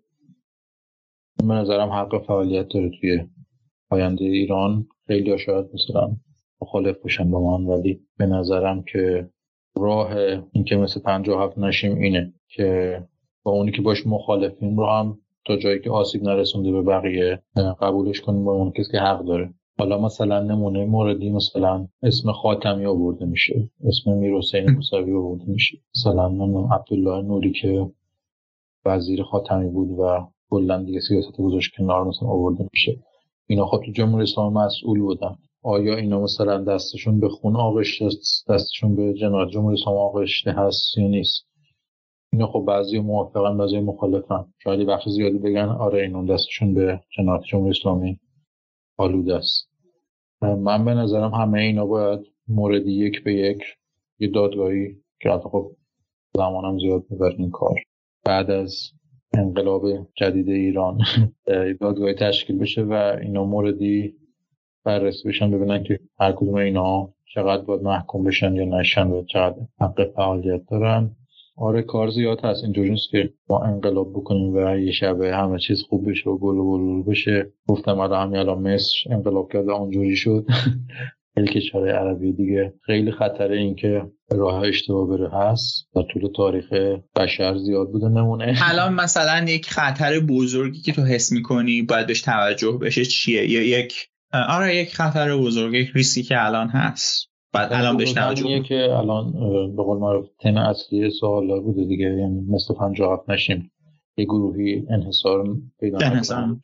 به نظرم حق فعالیت داره توی آینده ایران. خیلی ها شاید مثلا مخالف باشن با من، ولی به نظرم که راه این که مثل پنجاه و هفت نشیم اینه که با اونی که باش مخالفیم رو هم تا جایی که آسیب نرسونده به بقیه قبولش کنیم، با اون کسی که حق داره. حالا مثلا نمونه موردی مثلا اسم خاتمی آورده میشه، اسم میرحسین موسوی آورده میشه، مثلا من عبدالله نوری که وزیر خاتمی بود و کلا دیگه سیاست گذاشت کنار مثلا آورده میشه. اینا خب تو جمهوری اسلامی مسئول بودن. آیا اینا مثلا دستشون به خون آغشته، دستشون به جنایت جمهوری اسلامی آغشته هست یا نیست؟ اینا خب بعضی موافقن بعضی مخالفن. شاید بخش زیادی بگن آره اینا دستشون به جنایت جمهوری اسلامی آلوده است. من به نظرم همه اینا باید مورد یک به یک یه دادگاهی که البته خب زمانم زیاد میبره این کار، بعد از انقلاب جدید ایران دادگاهی تشکیل بشه و اینا موردی بررسی بشن، ببینن که هر کدوم اینا چقدر باید محکوم بشن یا نشن و چقدر حق فعالیت دارن. آره کار زیاد هست، اینجوری نیست که ما انقلاب بکنیم و یه شبه همه چیز خوب بشه و گل و بلبل بشه. گفتم الان همین الان مصر انقلاب کرد و اونجوری شد. خیلی کشورهای عربی دیگه خیلی خطره این که راه اشتباه بره هست و طول تاریخ بشر زیاد بوده نمونه. الان مثلا یک خطر بزرگی که تو حس میکنی باید بهش توجه بشه چیه؟ یا یک آره یک خطر بزرگ، یک ریسکی که الان هست بعد الان بهش توجه که الان به قول معروف تم اصلی سوال بوده دیگه، یعنی مثل پنجاه و هفت نشیم یه گروهی انحصار پیدا نکنن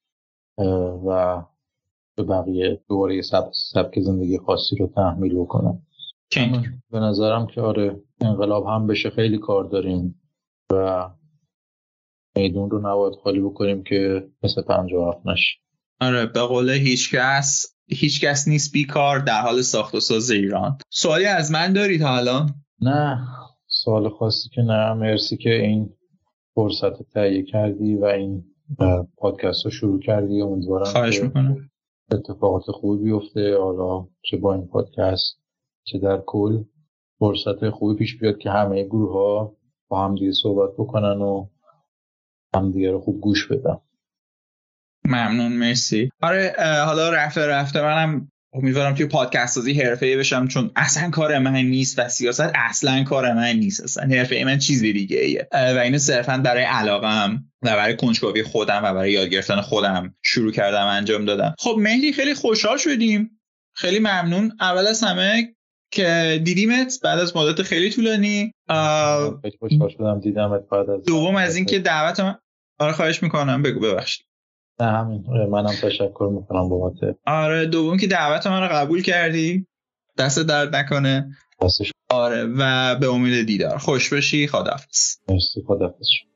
و به بقیه دوباره سبک سبک زندگی خاصی رو تحمیل بکنن. به نظرم که آره انقلاب هم بشه خیلی کار داریم و میدون رو نباید خالی بکنیم که مثل پنجاه و هفت نشیم. آره به قول هیچ کس هیچ کس نیست بیکار در حال ساخت و ساز ایران. سوالی از من دارید حالا؟ نه سوال خاصی که نه، مرسی که این فرصت تهیه کردی و این پادکست رو شروع کردی. امیدوارم خواهش میکنم اتفاقات خوبی بیفته، حالا چه با این پادکست چه در کل فرصت خوبی پیش بیاد که همه گروه ها با هم دیگه صحبت بکنن و هم دیگه رو خوب گوش بدن. ممنون مرسی. آره حالا رفته رفته منم امیدوارم توی پادکست سازی حرفه‌ای بشم، چون اصلا کار من نیست و سیاست اصلا کار من نیست. اصلا حرفه من چیز دیگه ایه و اینو صرفا برای علاقم و برای کنجکاوی خودم و برای یاد گرفتن خودم شروع کردم انجام دادم. خب مهدی خیلی خوشحال شدیم، خیلی ممنون اول از همه که دیدیمت بعد از مدت خیلی طولانی. خیلی خوشحال شدم دیدمت بعد از دوم از این که دعوت من آره خواهش میکنم بگو ببخشید. نه همین منم تشکر میکنم بابت آره دوم که دعوت من رو قبول کردی، دست درد نکنه. دستش آره و به امید دیدار. خوش باشی. خداحافظ. مرسی خداحافظ.